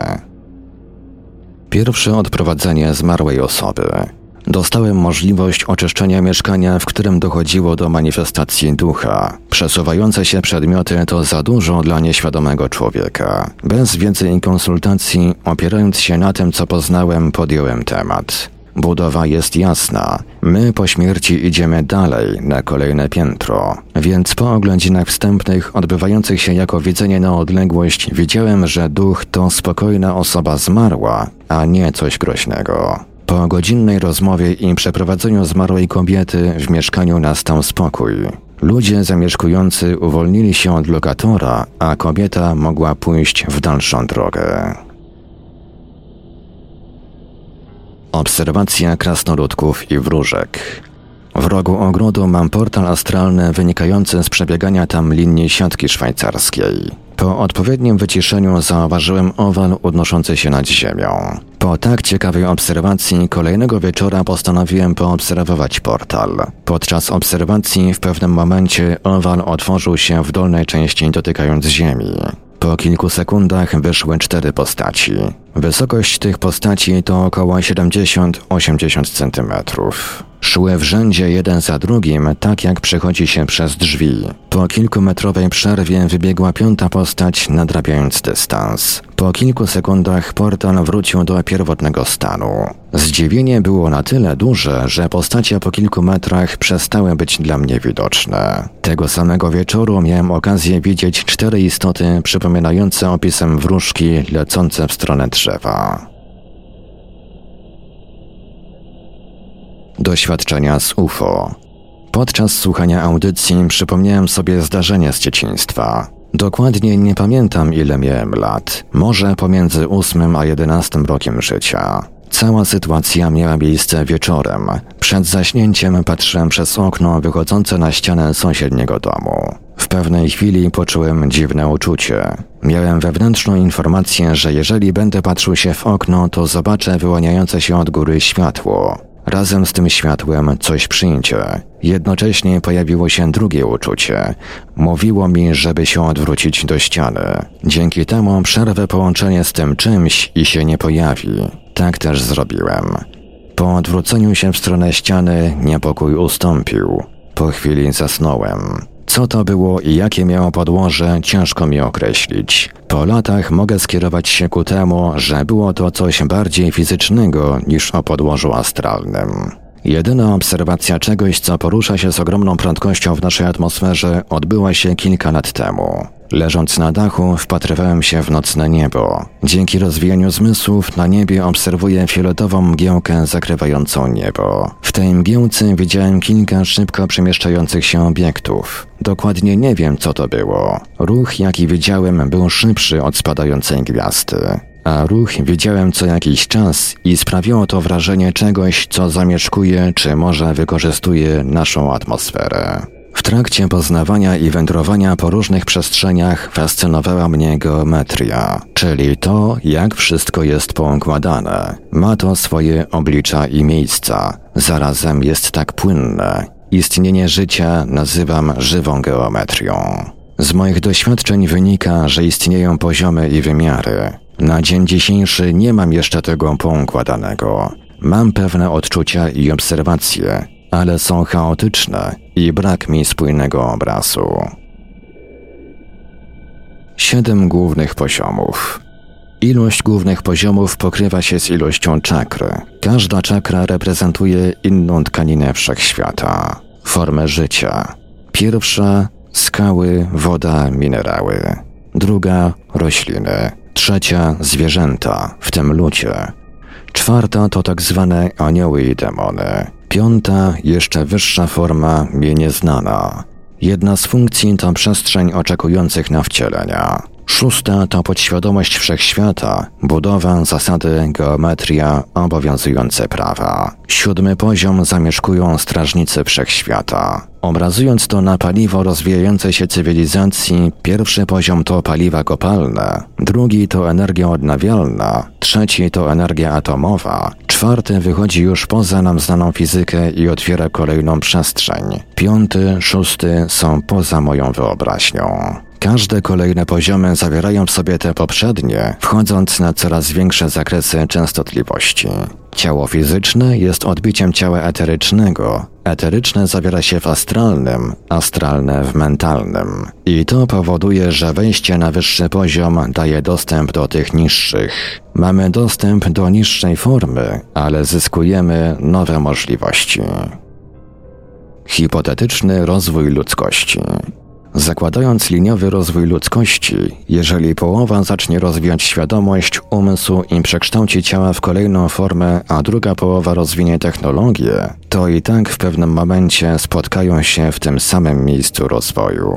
Pierwsze odprowadzenie zmarłej osoby. Dostałem możliwość oczyszczenia mieszkania, w którym dochodziło do manifestacji ducha. Przesuwające się przedmioty to za dużo dla nieświadomego człowieka. Bez wiedzy i konsultacji, opierając się na tym, co poznałem, podjąłem temat. Budowa jest jasna. My po śmierci idziemy dalej, na kolejne piętro. Więc po oględzinach wstępnych, odbywających się jako widzenie na odległość, widziałem, że duch to spokojna osoba zmarła, a nie coś groźnego. Po godzinnej rozmowie i przeprowadzeniu zmarłej kobiety w mieszkaniu nastał spokój. Ludzie zamieszkujący uwolnili się od lokatora, a kobieta mogła pójść w dalszą drogę. Obserwacja krasnoludków i wróżek. W rogu ogrodu mam portal astralny wynikający z przebiegania tam linii siatki szwajcarskiej. Po odpowiednim wyciszeniu zauważyłem owal unoszący się nad ziemią. Po tak ciekawej obserwacji kolejnego wieczora postanowiłem poobserwować portal. Podczas obserwacji w pewnym momencie owal otworzył się w dolnej części, dotykając ziemi. Po kilku sekundach wyszły 4 postaci. Wysokość tych postaci to około 70-80 cm. Szły w rzędzie jeden za drugim, tak jak przechodzi się przez drzwi. Po kilkumetrowej przerwie wybiegła 5. postać, nadrabiając dystans. Po kilku sekundach portal wrócił do pierwotnego stanu. Zdziwienie było na tyle duże, że postacie po kilku metrach przestały być dla mnie widoczne. Tego samego wieczoru miałem okazję widzieć 4 istoty przypominające opisem wróżki lecące w stronę drzewa. Doświadczenia z UFO. Podczas słuchania audycji przypomniałem sobie zdarzenie z dzieciństwa. Dokładnie nie pamiętam, ile miałem lat. Może pomiędzy 8 a 11 rokiem życia. Cała sytuacja miała miejsce wieczorem. Przed zaśnięciem patrzyłem przez okno wychodzące na ścianę sąsiedniego domu. W pewnej chwili poczułem dziwne uczucie. Miałem wewnętrzną informację, że jeżeli będę patrzył się w okno, to zobaczę wyłaniające się od góry światło. Razem z tym światłem coś przyjdzie. Jednocześnie pojawiło się drugie uczucie. Mówiło mi, żeby się odwrócić do ściany. Dzięki temu przerwę połączenie z tym czymś i się nie pojawi. Tak też zrobiłem. Po odwróceniu się w stronę ściany niepokój ustąpił. Po chwili zasnąłem. Co to było i jakie miało podłoże, ciężko mi określić. Po latach mogę skierować się ku temu, że było to coś bardziej fizycznego niż o podłożu astralnym. Jedyna obserwacja czegoś, co porusza się z ogromną prędkością w naszej atmosferze, odbyła się kilka lat temu. Leżąc na dachu, wpatrywałem się w nocne niebo. Dzięki rozwijaniu zmysłów na niebie obserwuję fioletową mgiełkę zakrywającą niebo. W tej mgiełce widziałem kilka szybko przemieszczających się obiektów. Dokładnie nie wiem, co to było. Ruch, jaki widziałem, był szybszy od spadającej gwiazdy. A ruch widziałem co jakiś czas i sprawiało to wrażenie czegoś, co zamieszkuje czy może wykorzystuje naszą atmosferę. W trakcie poznawania i wędrowania po różnych przestrzeniach fascynowała mnie geometria, czyli to, jak wszystko jest poukładane. Ma to swoje oblicza i miejsca, zarazem jest tak płynne. Istnienie życia nazywam żywą geometrią. Z moich doświadczeń wynika, że istnieją poziomy i wymiary. Na dzień dzisiejszy nie mam jeszcze tego poukładanego. Mam pewne odczucia i obserwacje, ale są chaotyczne i brak mi spójnego obrazu. 7 głównych poziomów. Ilość głównych poziomów pokrywa się z ilością czakr. Każda czakra reprezentuje inną tkaninę wszechświata, formę życia. Pierwsza – skały, woda, minerały. Druga – rośliny. Trzecia – zwierzęta, w tym ludzie. Czwarta to tak zwane anioły i demony. 5. jeszcze wyższa forma, mi nieznana. Jedna z funkcji to przestrzeń oczekujących na wcielenia. 6. to podświadomość wszechświata, budowa, zasady, geometria, obowiązujące prawa. 7. poziom zamieszkują strażnicy wszechświata. Obrazując to na paliwo rozwijającej się cywilizacji, 1. poziom to paliwa kopalne, 2. to energia odnawialna, 3. to energia atomowa, 4. wychodzi już poza nam znaną fizykę i otwiera kolejną przestrzeń. 5., 6. są poza moją wyobraźnią. Każde kolejne poziomy zawierają w sobie te poprzednie, wchodząc na coraz większe zakresy częstotliwości. Ciało fizyczne jest odbiciem ciała eterycznego. Eteryczne zawiera się w astralnym, astralne w mentalnym. I to powoduje, że wejście na wyższy poziom daje dostęp do tych niższych. Mamy dostęp do niższej formy, ale zyskujemy nowe możliwości. Hipotetyczny rozwój ludzkości. Zakładając liniowy rozwój ludzkości, jeżeli połowa zacznie rozwijać świadomość, umysł i przekształci ciała w kolejną formę, a druga połowa rozwinie technologię, to i tak w pewnym momencie spotkają się w tym samym miejscu rozwoju.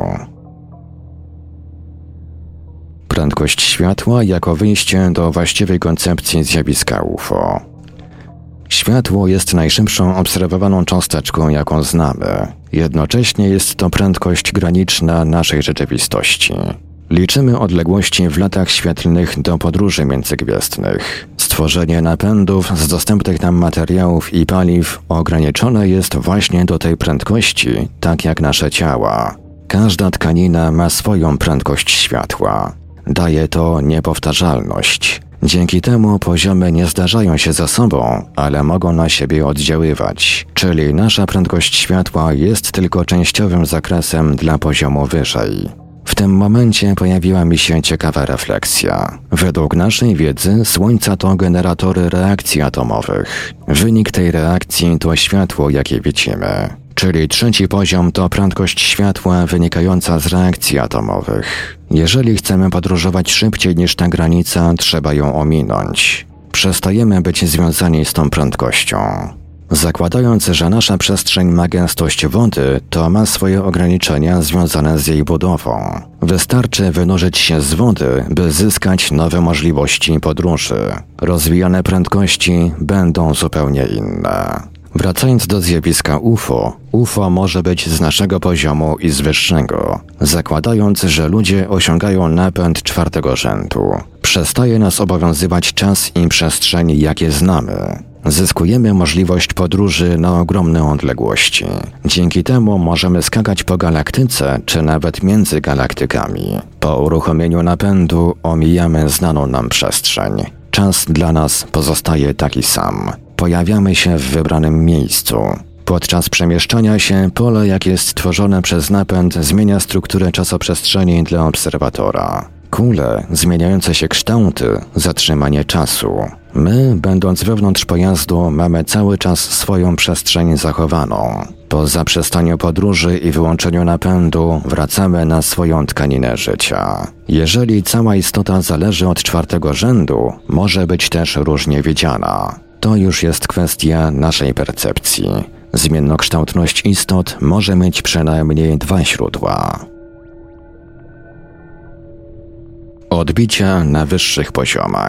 Prędkość światła jako wyjście do właściwej koncepcji zjawiska UFO. Światło jest najszybszą obserwowaną cząsteczką, jaką znamy. Jednocześnie jest to prędkość graniczna naszej rzeczywistości. Liczymy odległości w latach świetlnych do podróży międzygwiezdnych. Stworzenie napędów z dostępnych nam materiałów i paliw ograniczone jest właśnie do tej prędkości, tak jak nasze ciała. Każda tkanina ma swoją prędkość światła. Daje to niepowtarzalność. Dzięki temu poziomy nie zdarzają się ze sobą, ale mogą na siebie oddziaływać, czyli nasza prędkość światła jest tylko częściowym zakresem dla poziomu wyżej. W tym momencie pojawiła mi się ciekawa refleksja. Według naszej wiedzy Słońca to generatory reakcji atomowych. Wynik tej reakcji to światło, jakie widzimy. Czyli trzeci poziom to prędkość światła wynikająca z reakcji atomowych. Jeżeli chcemy podróżować szybciej niż ta granica, trzeba ją ominąć. Przestajemy być związani z tą prędkością. Zakładając, że nasza przestrzeń ma gęstość wody, to ma swoje ograniczenia związane z jej budową. Wystarczy wynurzyć się z wody, by zyskać nowe możliwości podróży. Rozwijane prędkości będą zupełnie inne. Wracając do zjawiska UFO, UFO może być z naszego poziomu i z wyższego, zakładając, że ludzie osiągają napęd 4. rzędu. Przestaje nas obowiązywać czas i przestrzeń, jakie znamy. Zyskujemy możliwość podróży na ogromne odległości. Dzięki temu możemy skakać po galaktyce, czy nawet między galaktykami. Po uruchomieniu napędu omijamy znaną nam przestrzeń. Czas dla nas pozostaje taki sam. Pojawiamy się w wybranym miejscu. Podczas przemieszczania się pole, jakie jest stworzone przez napęd, zmienia strukturę czasoprzestrzeni dla obserwatora. Kule, zmieniające się kształty, zatrzymanie czasu. My, będąc wewnątrz pojazdu, mamy cały czas swoją przestrzeń zachowaną. Po zaprzestaniu podróży i wyłączeniu napędu wracamy na swoją tkaninę życia. Jeżeli cała istota zależy od 4. rzędu, może być też różnie widziana. To już jest kwestia naszej percepcji. Zmiennokształtność istot może mieć przynajmniej 2 źródła. Odbicia na wyższych poziomach.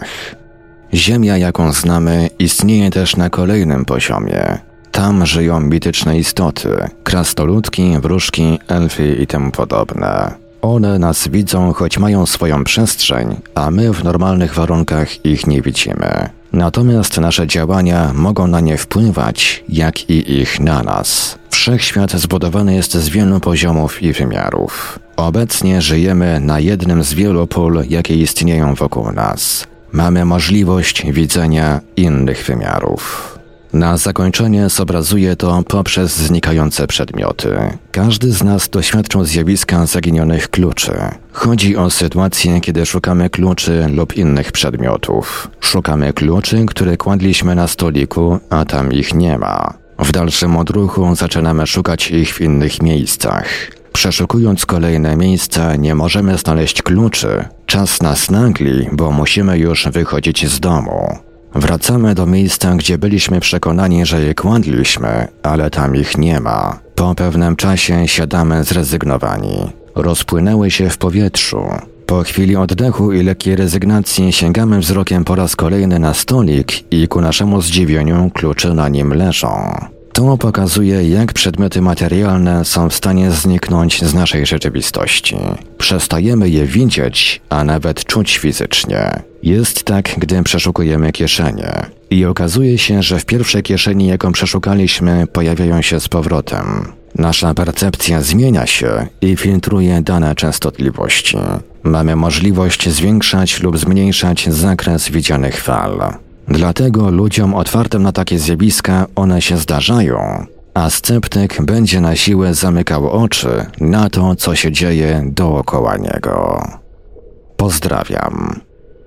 Ziemia, jaką znamy, istnieje też na kolejnym poziomie. Tam żyją mityczne istoty, krasnoludki, wróżki, elfy i tym podobne. One nas widzą, choć mają swoją przestrzeń, a my w normalnych warunkach ich nie widzimy. Natomiast nasze działania mogą na nie wpływać, jak i ich na nas. Wszechświat zbudowany jest z wielu poziomów i wymiarów. Obecnie żyjemy na jednym z wielu pól, jakie istnieją wokół nas. Mamy możliwość widzenia innych wymiarów. Na zakończenie zobrazuję to poprzez znikające przedmioty. Każdy z nas doświadczył zjawiska zaginionych kluczy. Chodzi o sytuację, kiedy szukamy kluczy lub innych przedmiotów. Szukamy kluczy, które kładliśmy na stoliku, a tam ich nie ma. W dalszym odruchu zaczynamy szukać ich w innych miejscach. Przeszukując kolejne miejsca, nie możemy znaleźć kluczy. Czas nas nagli, bo musimy już wychodzić z domu. Wracamy do miejsca, gdzie byliśmy przekonani, że je kładliśmy, ale tam ich nie ma. Po pewnym czasie siadamy zrezygnowani. Rozpłynęły się w powietrzu. Po chwili oddechu i lekkiej rezygnacji sięgamy wzrokiem po raz kolejny na stolik i ku naszemu zdziwieniu klucze na nim leżą. To pokazuje, jak przedmioty materialne są w stanie zniknąć z naszej rzeczywistości. Przestajemy je widzieć, a nawet czuć fizycznie. Jest tak, gdy przeszukujemy kieszenie. I okazuje się, że w pierwszej kieszeni, jaką przeszukaliśmy, pojawiają się z powrotem. Nasza percepcja zmienia się i filtruje dane częstotliwości. Mamy możliwość zwiększać lub zmniejszać zakres widzianych fal. Dlatego ludziom otwartym na takie zjawiska one się zdarzają, a sceptyk będzie na siłę zamykał oczy na to, co się dzieje dookoła niego. Pozdrawiam.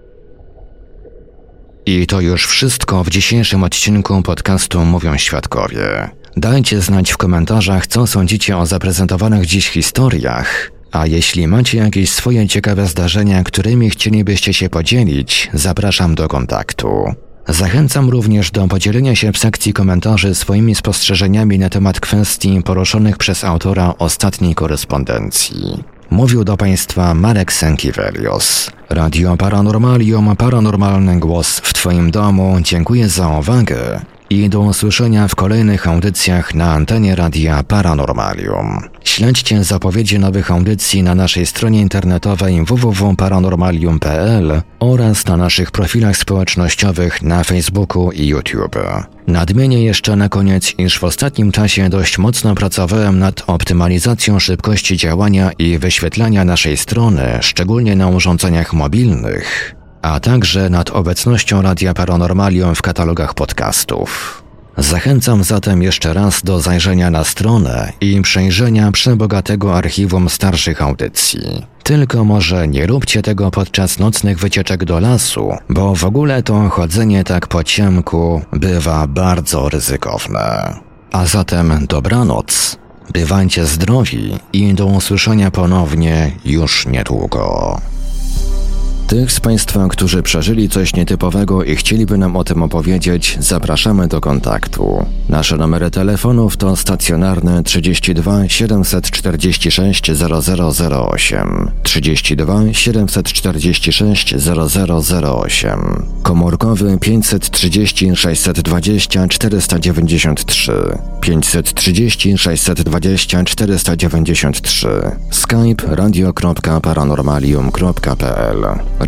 I to już wszystko w dzisiejszym odcinku podcastu Mówią Świadkowie. Dajcie znać w komentarzach, co sądzicie o zaprezentowanych dziś historiach, a jeśli macie jakieś swoje ciekawe zdarzenia, którymi chcielibyście się podzielić, zapraszam do kontaktu. Zachęcam również do podzielenia się w sekcji komentarzy swoimi spostrzeżeniami na temat kwestii poruszonych przez autora ostatniej korespondencji. Mówił do Państwa Marek Sękiewelios. Radio Paranormalium, paranormalny głos w Twoim domu. Dziękuję za uwagę i do usłyszenia w kolejnych audycjach na antenie Radia Paranormalium. Śledźcie zapowiedzi nowych audycji na naszej stronie internetowej www.paranormalium.pl oraz na naszych profilach społecznościowych na Facebooku i YouTube. Nadmienię jeszcze na koniec, iż w ostatnim czasie dość mocno pracowałem nad optymalizacją szybkości działania i wyświetlania naszej strony, szczególnie na urządzeniach mobilnych, a także nad obecnością Radia Paranormalium w katalogach podcastów. Zachęcam zatem jeszcze raz do zajrzenia na stronę i przejrzenia przebogatego archiwum starszych audycji. Tylko może nie róbcie tego podczas nocnych wycieczek do lasu, bo w ogóle to chodzenie tak po ciemku bywa bardzo ryzykowne. A zatem dobranoc, bywajcie zdrowi i do usłyszenia ponownie już niedługo. Tych z Państwa, którzy przeżyli coś nietypowego i chcieliby nam o tym opowiedzieć, zapraszamy do kontaktu. Nasze numery telefonów to stacjonarny 32 746 0008, 32 746 0008, komórkowy 530 620 493, 530 620 493, skype radio.paranormalium.pl,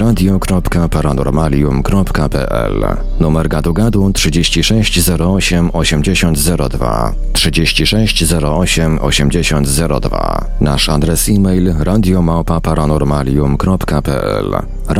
radio.paranormalium.pl, numer gadu 36 08 8002, 36 08 8002, nasz adres e-mail radio@paranormalium.pl,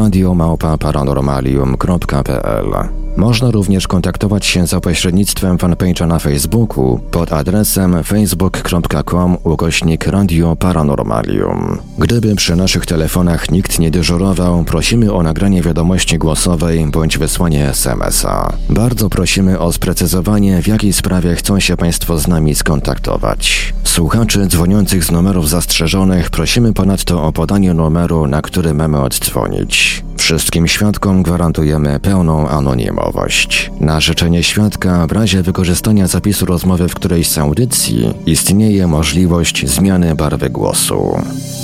radio@paranormalium.pl. Można również kontaktować się za pośrednictwem fanpage'a na Facebooku pod adresem facebook.com/Radio Paranormalium. Gdyby przy naszych telefonach nikt nie dyżurował, prosimy o nagranie wiadomości głosowej bądź wysłanie SMS-a. Bardzo prosimy o sprecyzowanie, w jakiej sprawie chcą się Państwo z nami skontaktować. Słuchaczy dzwoniących z numerów zastrzeżonych prosimy ponadto o podanie numeru, na który mamy oddzwonić. Wszystkim świadkom gwarantujemy pełną anonimowość. Na życzenie świadka, w razie wykorzystania zapisu rozmowy w którejś z audycji, istnieje możliwość zmiany barwy głosu.